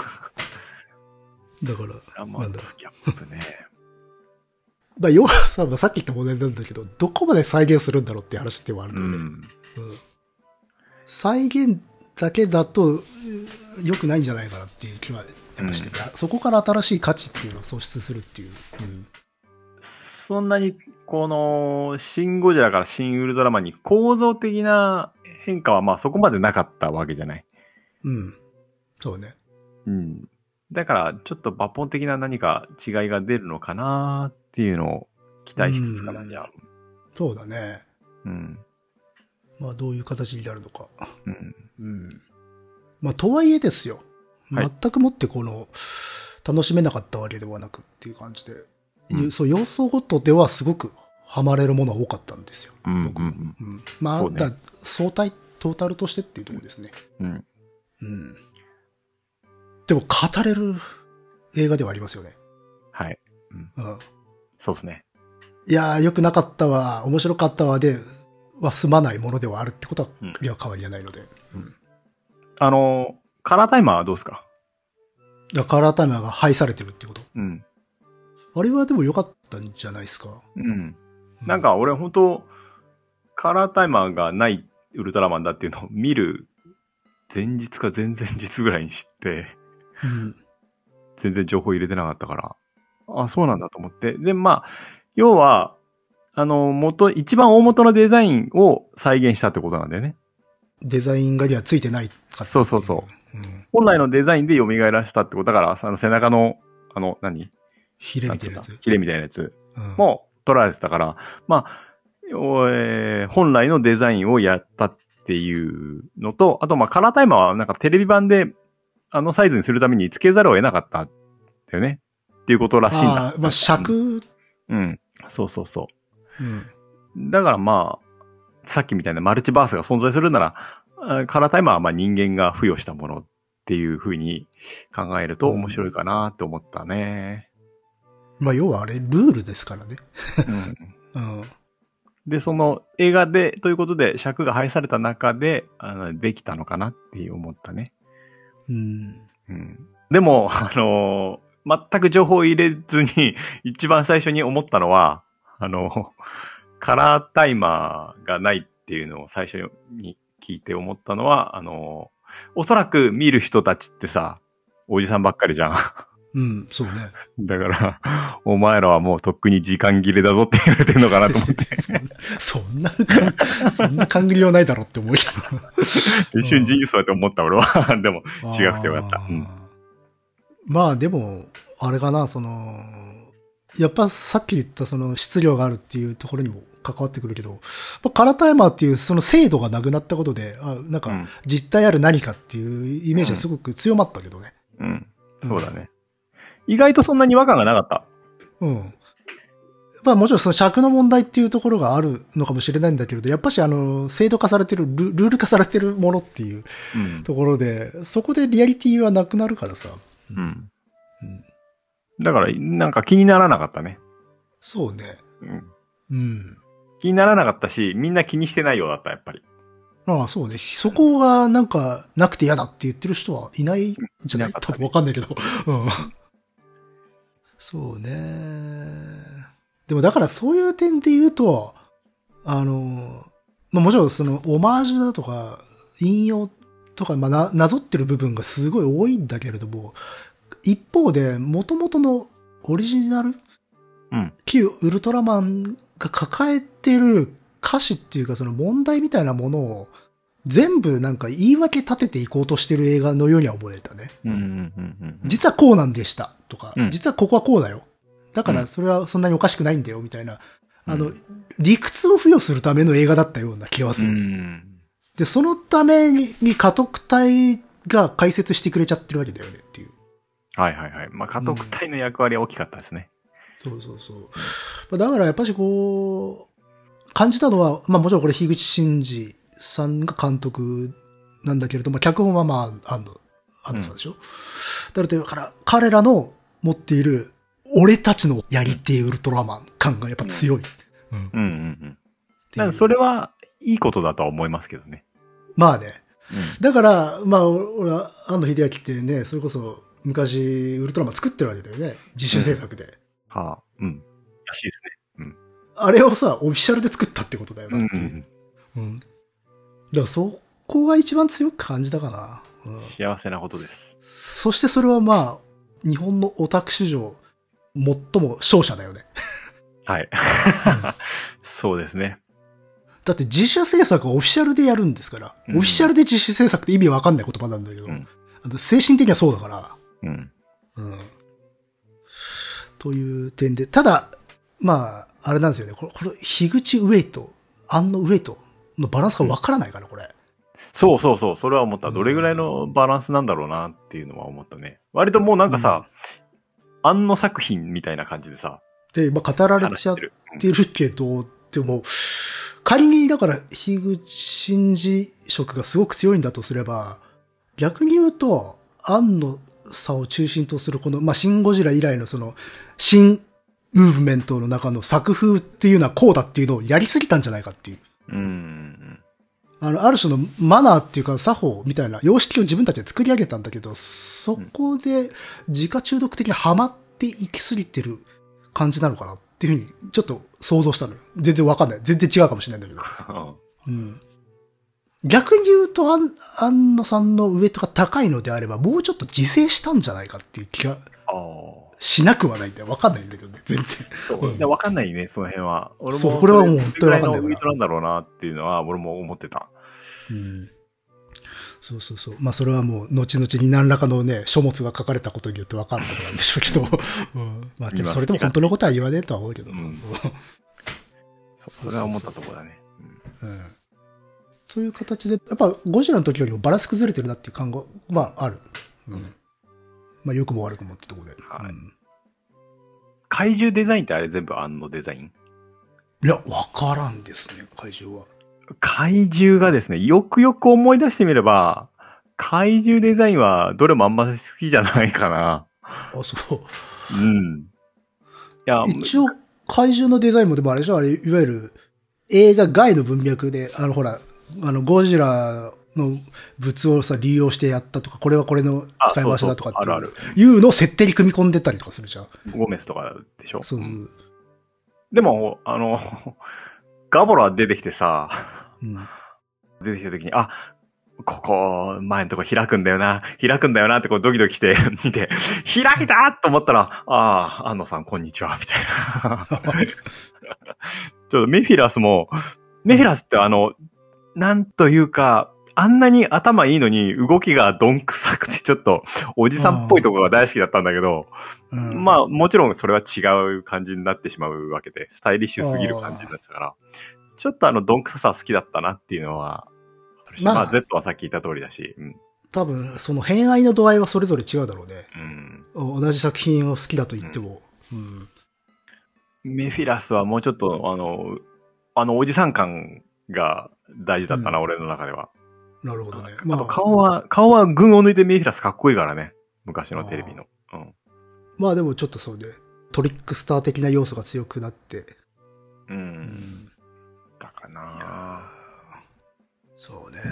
だから、 村松キャップね。 まあ、要はさ、まあ、さっき言った問題なんだけど、どこまで再現するんだろうっていう話でもあるんだよね。うんうん、再現だけだと良くないんじゃないかなっていう気はやっぱしてて、うん、そこから新しい価値っていうのを創出するっていう。うん、 そんなに、この、シン・ゴジラからシン・ウルトラマンに構造的な変化はまあそこまでなかったわけじゃない。 うん。そうね。 うん。だから、ちょっと抜本的な何か違いが出るのかなっていうのを期待しつつかな、じゃあ。 そうだね。 うん。 まあ、どういう形になるのか。 うん。 うん。まあ、とはいえですよ。はい、全くもってこの、楽しめなかったわけではなくっていう感じで。うん、そう、要素ごとではすごくハマれるものは多かったんですよ。 うん、 僕も。 うん。 うん、まあ、ね、だ相対、トータルとしてっていうところですね。 うん。 うん。でも、語れる映画ではありますよね。 はい。うん。うん、そうですね。 いやー、良くなかったわ、面白かったわで、は済まないものではあるってことは、うん、いや変わりはないので。うん。 あの、カラータイマーはどうですか？ いや、カラータイマーが廃されてるってこと？ うん。 あれはでも良かったんじゃないですか？ うん。なんか俺本当カラータイマーがないウルトラマンだっていうのを見る前日か前々日ぐらいに知って、 うん、 全然情報入れてなかったから、あ、そうなんだと思って。で、まあ、要は、あの、元、一番大元のデザインを再現したってことなんだよね。 デザインがにはついてないかった。 そうそうそう。うん、本来のデザインで蘇らしたってことだから、あの背中の、あの、何ヒレみたいなやつ。 ヒレみたいなやつも取られてたから、うん、まあ、えー、本来のデザインをやったっていうのと、あとまあカラータイマーはなんかテレビ版であのサイズにするために付けざるを得なかったんだよね。っていうことらしいんだ。 あまあ尺、 うん。うん。そうそうそう。 うん、 だからまあ、さっきみたいなマルチバースが存在するなら、カラータイマーはまあ人間が付与したものっていう風に考えると面白いかなって思ったね。 うん、まあ要はあれルールですからね。 うん。うん、で、その映画で、ということで尺が配された中で、あの、できたのかなって思ったね。 うん。 うん。でも、あのー、全く情報を入れずに、一番最初に思ったのは、あの、カラータイマーがないっていうのを最初に聞いて思ったのは、あの、おそらく見る人たちってさ、おじさんばっかりじゃん。 うん、そうね。 だから、お前らはもうとっくに時間切れだぞって言われてんのかなと思って。 そんな、そんな勘切りはないだろって思いながら。 一瞬ジースだって思った俺は。でも、違くてよかった。うん、 まあでも、あれかな、その、やっぱさっき言ったその質量があるっていうところにも関わってくるけど、カラータイマーっていうその精度がなくなったことで、あ、なんか実体ある何かっていうイメージはすごく強まったけどね。 うん。うん、そうだね。意外とそんなに違和感がなかった。 うん。まあもちろんその尺の問題っていうところがあるのかもしれないんだけれど、やっぱしあの、制度化されてるル、ルール化されてるものっていうところで、うん、そこでリアリティはなくなるからさ。 うん。 だから、なんか気にならなかったね。 そうね。 うん。 うん。 気にならなかったし、みんな気にしてないようだった、やっぱり。 ああ、そうね。そこがなんかなくて嫌だって言ってる人はいないんじゃない、多分わかんないけど。うん。そうね。でもだからそういう点で言うと、あの、まあもちろんそのオマージュだとか、引用とか、まあな、なぞってる部分がすごい多いんだけれども、一方で元々のオリジナル、 うん、 旧ウルトラマンが抱えてる歌詞っていうかその問題みたいなものを全部なんか言い訳立てていこうとしてる映画のようには思えたね。 うんうんうんうん、 実はこうなんでしたとか、 うん、 実はここはこうだよ。だからそれはそんなにおかしくないんだよみたいな、うん、あの、理屈を付与するための映画だったような気がする。うん、で、そのために家督隊が解説してくれちゃってるわけだよねっていう。 はいはいはい。まあ家督隊の役割は大きかったですね。 うん、そうそうそう。だからやっぱしこう、感じたのは、まあもちろんこれ樋口真嗣さんが監督なんだけれども、脚本はまあ、安野、安野さんでしょ、うん、だから、彼らの持っている、俺たちのやりてえウルトラマン感がやっぱ強い。 うん。うんうんうんうん。それはいいことだとは思いますけどね。 まあね。うん、だから、まあ、俺は、安野秀明ってね、それこそ、昔、ウルトラマン作ってるわけだよね。自主制作で。うん、 はあ、うん。らしいですね。うん。 あれをさ、オフィシャルで作ったってことだよなっていう。うん、うん。だからそこが一番強く感じたかな。 うん、幸せなことです。 そしてそれはまあ、日本のオタク史上、最も勝者だよね。 はい。そうですね。 だって自主制作をオフィシャルでやるんですから。うん、オフィシャルで自主制作って意味わかんない言葉なんだけど、うん、精神的にはそうだから。うん。うん。という点で、ただ、まあ、あれなんですよね。これ、これ、樋口ウェイト、アンのウェイトのバランスがわからないから、これ。 そうそうそう。それは思った。どれぐらいのバランスなんだろうなっていうのは思ったね。割ともうなんかさ、アンの作品みたいな感じでさ。 で、まあ、語られちゃってるけど、うん、でも、仮にだから、樋口真嗣色がすごく強いんだとすれば、逆に言うと、アンの差を中心とするこの、まあ、シン・ゴジラ以来のその、新ムーブメントの中の作風っていうのはこうだっていうのをやりすぎたんじゃないかっていう。うん。あの、ある種のマナーっていうか作法みたいな様式を自分たちで作り上げたんだけど、そこで自家中毒的にハマっていきすぎてる感じなのかなっていうふうにちょっと想像したのよ。全然わかんない。全然違うかもしれないんだけど。うん。逆に言うと、安野さんのウエイトが高いのであれば、もうちょっと自制したんじゃないかっていう気がしなくはないんだよ。わかんないんだけどね、全然。 そう。うん、わかんないね、その辺は。俺もそう、これはもう本当にわかんないから。 ウエイトなんだろうなっていうのは、俺も思ってた。 うん。そうそうそう。まあ、それはもう、後々に何らかのね、書物が書かれたことによってわかることなんでしょうけど。うん、まあ、でもそれでも本当のことは言わねえとは思うけど。うん、 そう、それは思ったところだね。 うん。うんそういう形で、やっぱゴジラの時よりもバランス崩れてるなっていう感が、まあ、ある。うん。まあ、良くも悪くもってところで。はい。うん、 怪獣デザインってあれ全部あんのデザイン？ いや、わからんですね、怪獣は。 怪獣がですね、よくよく思い出してみれば、怪獣デザインはどれもあんま好きじゃないかな。 あ、そう。 うん。いや、一応、怪獣のデザインもでもあれでしょあれ、いわゆる映画外の文脈で、あの、ほら、あの、ゴジラの物をさ、利用してやったとか、これはこれの使い回しだとかっていう、そうそうあるあるいうのを設定に組み込んでたりとかするじゃん。 ゴメスとかでしょ。 そう。 でも、あの、ガボラ出てきてさ、うん、出てきた時に、あ、ここ、前のとこ開くんだよな、開くんだよなってこうドキドキして見て、開いたと思ったら、ああ、安野さんこんにちは、みたいな。ちょっとメフィラスも、メフィラスってあの、なんというか、あんなに頭いいのに動きがどんくさくてちょっとおじさんっぽいところが大好きだったんだけど、うん、まあもちろんそれは違う感じになってしまうわけで、スタイリッシュすぎる感じになってたから、ちょっとあのどんくささ好きだったなっていうのはあるし、まあ、まあ Z はさっき言った通りだし、うん、 多分その偏愛の度合いはそれぞれ違うだろうね。うん、同じ作品を好きだと言っても、うんうん。メフィラスはもうちょっとあの、あのおじさん感が大事だったな、うん、俺の中では。 なるほどね。 あと顔は、顔は群を抜いてメフィラスかっこいいからね。昔のテレビの。うん。 まあでもちょっとそうね、トリックスター的な要素が強くなって。 うん。うん、だかな。 そうね。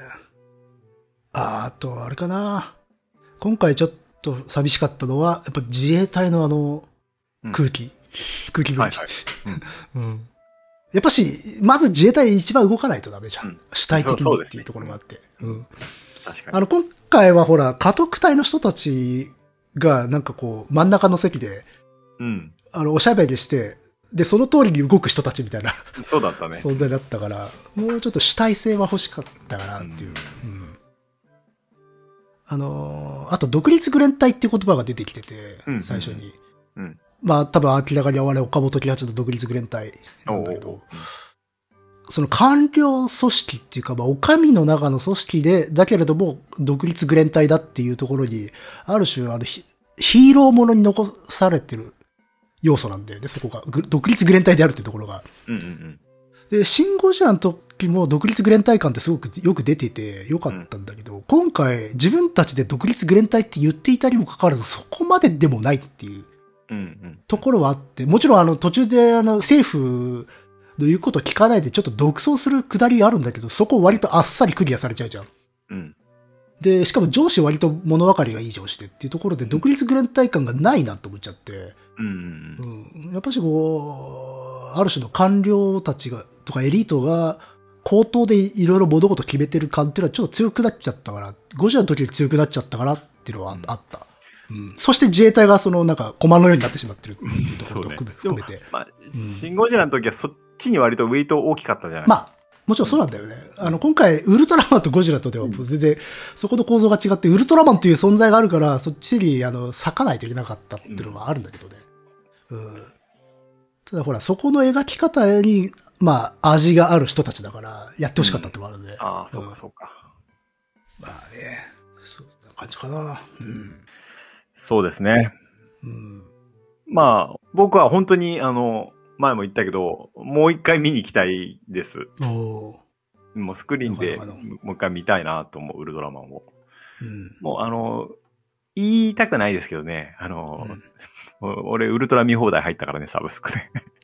あ、あと、あれかな。今回ちょっと寂しかったのは、やっぱ自衛隊のあの、空気。うん、空気分岐。はいはいうんうん。やっぱし、まず自衛隊一番動かないとダメじゃん。うん、主体的にっていうところがあって。ううん、確かに。あの、今回はほら、家督隊の人たちが、なんかこう、真ん中の席で、うん。あの、おしゃべりして、で、その通りに動く人たちみたいな。 そうだったね。 存在だったから、もうちょっと主体性は欲しかったかなっていう。うんうん、あのー、あと、独立グレン隊って言葉が出てきてて、うん、最初に。うん、まあ、多分明らかにあれ、岡本喜八の独立グレン隊なんだけど、その官僚組織っていうか、まあ、お上の中の組織で、だけれども、独立グレン隊だっていうところに、ある種、あの、ヒーローものに残されてる要素なんだよね、そこが。独立グレン隊であるっていうところが。うんうんうん、で、シン・ゴジラの時も独立グレン隊感ってすごくよく出ててよかったんだけど、うん、今回自分たちで独立グレン隊って言っていたにもかかわらず、そこまででもないっていうところはあって、もちろんあの途中であの政府の言うことを聞かないでちょっと独走するくだりあるんだけど、そこ割とあっさりクリアされちゃうじゃん。うん、で、しかも上司割と物分かりがいい上司でっていうところで独立グレン隊感がないなと思っちゃって、うんうん、やっぱしこう、ある種の官僚たちが、とかエリートが、口頭でいろいろ物事決めてる感っていうのはちょっと強くなっちゃったから、ゴジラの時に強くなっちゃったからっていうのはあった。うんうん、そして自衛隊がそのなんか駒のようになってしまってるっていうところと含めて。ね、 まあ、うん、シンゴジラの時はそっちに割とウェイト大きかったじゃない。 まあ、もちろんそうなんだよね。うん、あの、今回、ウルトラマンとゴジラとでは全然、そこの構造が違って、ウルトラマンという存在があるから、そっちに、あの、割かないといけなかったっていうのはあるんだけどね。うん。ただほら、そこの描き方に、まあ、味がある人たちだから、やってほしかったってのもあるんで。うん、 ああ、そうか、そうか。 まあね、そんな感じかな。うん。 そうですね。うん。まあ、僕は本当に、あの、前も言ったけど、もう一回見に行きたいです。おもうスクリーンでもう一回見たいなと思う、ウルトラマンを。うん、もうあの、言いたくないですけどね、あの、うん、俺ウルトラ見放題入ったからね、サブスクで。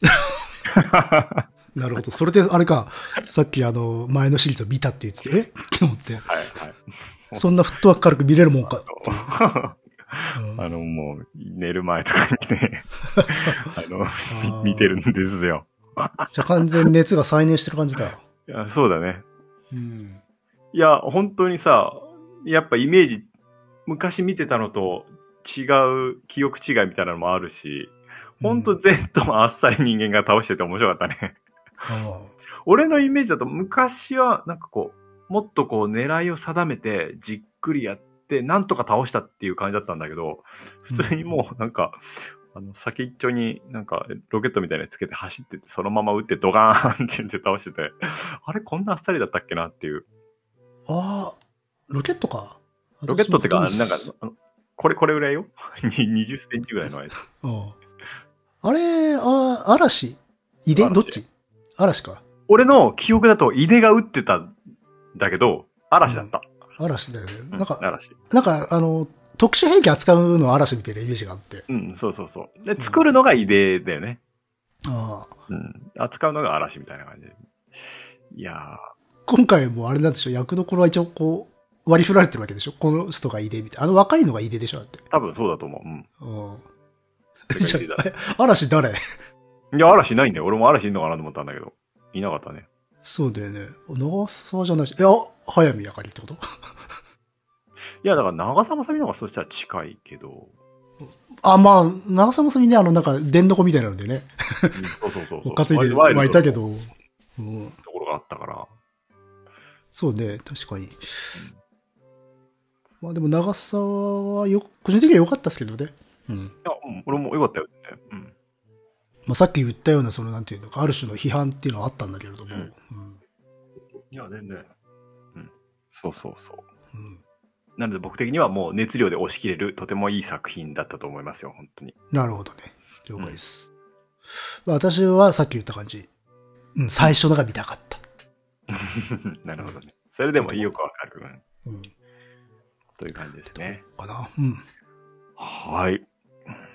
なるほど。それであれか、さっきあの、前のシリーズを見たって言ってて、えって思って。はいはい。そんなフットワーク軽く見れるもんか。 うん、あの、もう、寝る前とかにね、あの、見てるんですよ。 じゃあ完全に熱が再燃してる感じだ。 いや、そうだね。うん。いや、本当にさ、やっぱイメージ、昔見てたのと違う、記憶違いみたいなのもあるし、本当全とあっさり人間が倒してて面白かったね。俺のイメージだと昔はなんかこう、もっとこう狙いを定めてじっくりやって、なんとか倒したっていう感じだったんだけど、普通にもうなんか、うん、あの先っちょになんかロケットみたいなのつけて走ってて、そのまま撃ってドガーンって言って倒してて、あれこんなあっさりだったっけなっていう。 ああ、ロケットか。 ロケットってか、なんか、あのこれこれぐらいよ。にじゅっセンチぐらいのやつ。 あれ、あ、嵐井出どっち嵐か。 俺の記憶だと井出が撃ってたんだけど、嵐だった。 うん、嵐だよね。なんか、うん、嵐。なんか、あの、特殊兵器扱うのは嵐みたいなイメージがあって。 うん、そうそうそう。で、作るのが井出だよね。うん、ああ。うん。扱うのが嵐みたいな感じで。いやー。 今回もあれなんでしょ、役どころは一応こう、割り振られてるわけでしょ、この人が井出みたいな。あの若いのが井出でしょだって。 多分そうだと思う。うん。うん。 じゃあ、嵐誰？ いや、嵐ないんだよ。俺も嵐いんのかなと思ったんだけど。いなかったね。 そうだよね。長澤じゃないし。いや、早見あかりってこといや、だから長澤まさみの方がそしたら近いけど。 あ、まあ、長澤まさみね、あの、なんか、電の子みたいなんでね。 そうそうそうそう。 担いではいたけど。 うん。ところがあったから。 そうね、確かに。うん、まあでも長澤はよ、個人的には良かったですけどね。うん。いや、 うん、俺も良かったよって。うん。 まあさっき言ったような、その、なんていうのか、ある種の批判っていうのはあったんだけれども。うん。うん、 いや、全然。うん。そうそうそう。うん。なので僕的にはもう熱量で押し切れる、とてもいい作品だったと思いますよ、本当に。 なるほどね。了解です。うん、まあ、私はさっき言った感じ。うん、最初のが見たかった。 なるほどね。それでもよくわかる。うん。という感じですね。 かな。うん。 はい。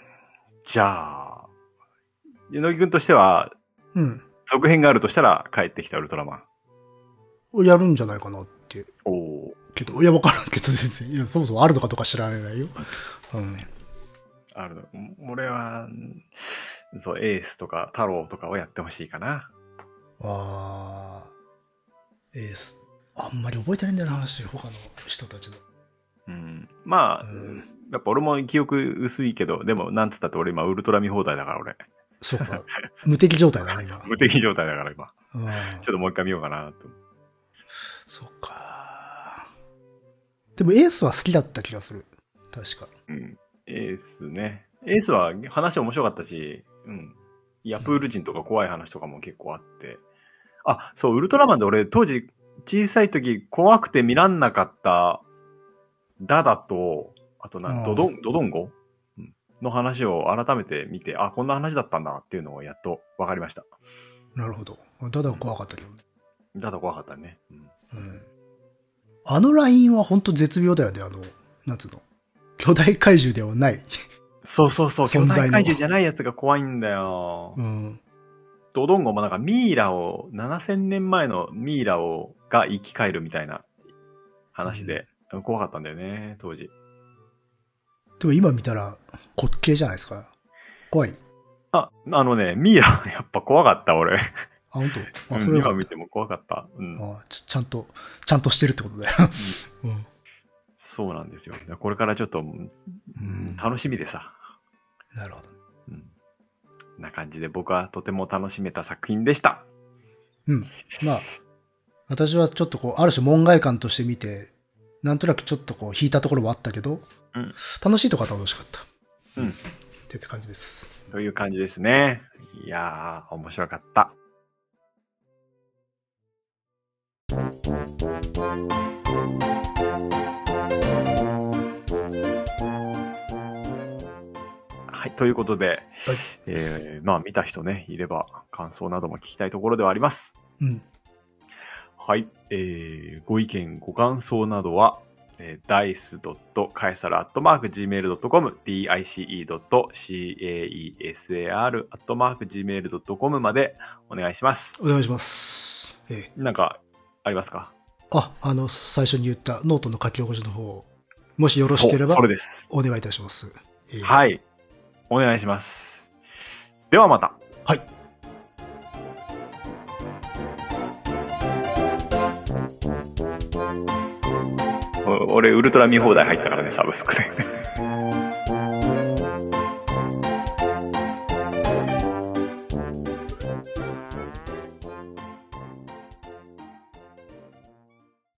じゃあ、乃木くんとしては、 うん。 続編があるとしたら帰ってきたウルトラマン。やるんじゃないかなって。 おお。 けど、いや、わからんけど、全然。いや、そもそもあるのかとか知らないよ。うん。 あるの。俺は、そう、エースとか太郎とかをやってほしいかな。 ああ。エース。あんまり覚えてないんだよな、話、他の人たちの。 うん。まあ、うん、やっぱ俺も記憶薄いけど、でも、なんつったって俺今ウルトラ見放題だから俺。 そうか。無敵状態だね、今。 無敵状態だから今。 うん、ちょっともう一回見ようかなと。 そっか。でもエースは好きだった気がする。確か。 うん。エースね。エースは話面白かったし、うん。ヤプール人とか怖い話とかも結構あって。あ、そう、ウルトラマンで俺当時小さい時怖くて見らんなかったダダと、あとな、ドドン、ドドンゴの話を改めて見て、あ、こんな話だったんだっていうのをやっと分かりました。 なるほど。ダダ怖かったけどね。 ダダ怖かったね。うん。うん、 あのラインは本当絶妙だよね。あの、なんつうの。巨大怪獣ではない。 そうそうそう。巨大怪獣じゃないやつが怖いんだよ。うん。ドドンゴもなんかミイラを、ななせんねんまえのミイラを、が生き返るみたいな話で、うん、怖かったんだよね、当時。 でも今見たら滑稽じゃないですか。怖い。 あ、あのね、ミイラやっぱ怖かった俺。 あ、本当。あ、 それ今見ても怖かった。うん。 あち、ちゃんとちゃんとしてるってことだよ。うん、 そうなんですよ。これからちょっと、うん、楽しみでさ。 なるほど。 うん。な感じで僕はとても楽しめた作品でした。 うん。まあ私はちょっとこうある種門外観として見て、なんとなくちょっとこう引いたところもあったけど。うん、楽しいとこは楽しかった。 うん。 って感じです。 という感じですね。いやー、面白かった。はい、ということで、はい、えー、まあ見た人ね、いれば感想なども聞きたいところではあります。 うん。 はい、えー、ご意見、ご感想などは、ダイス ドットカエサル アットマーク ジーメール ドットコム ダイセ ドット カエサル アットマーク ジーメール ドットコム までお願いします。 お願いします。 ええ、なんかありますか？ あ、あの最初に言ったノートの書き起こしの方、もしよろしければそれです。 お願いいたします。 えー、はい、お願いします。ではまた。 はい。 俺ウルトラ見放題入ったからね、サブスクで。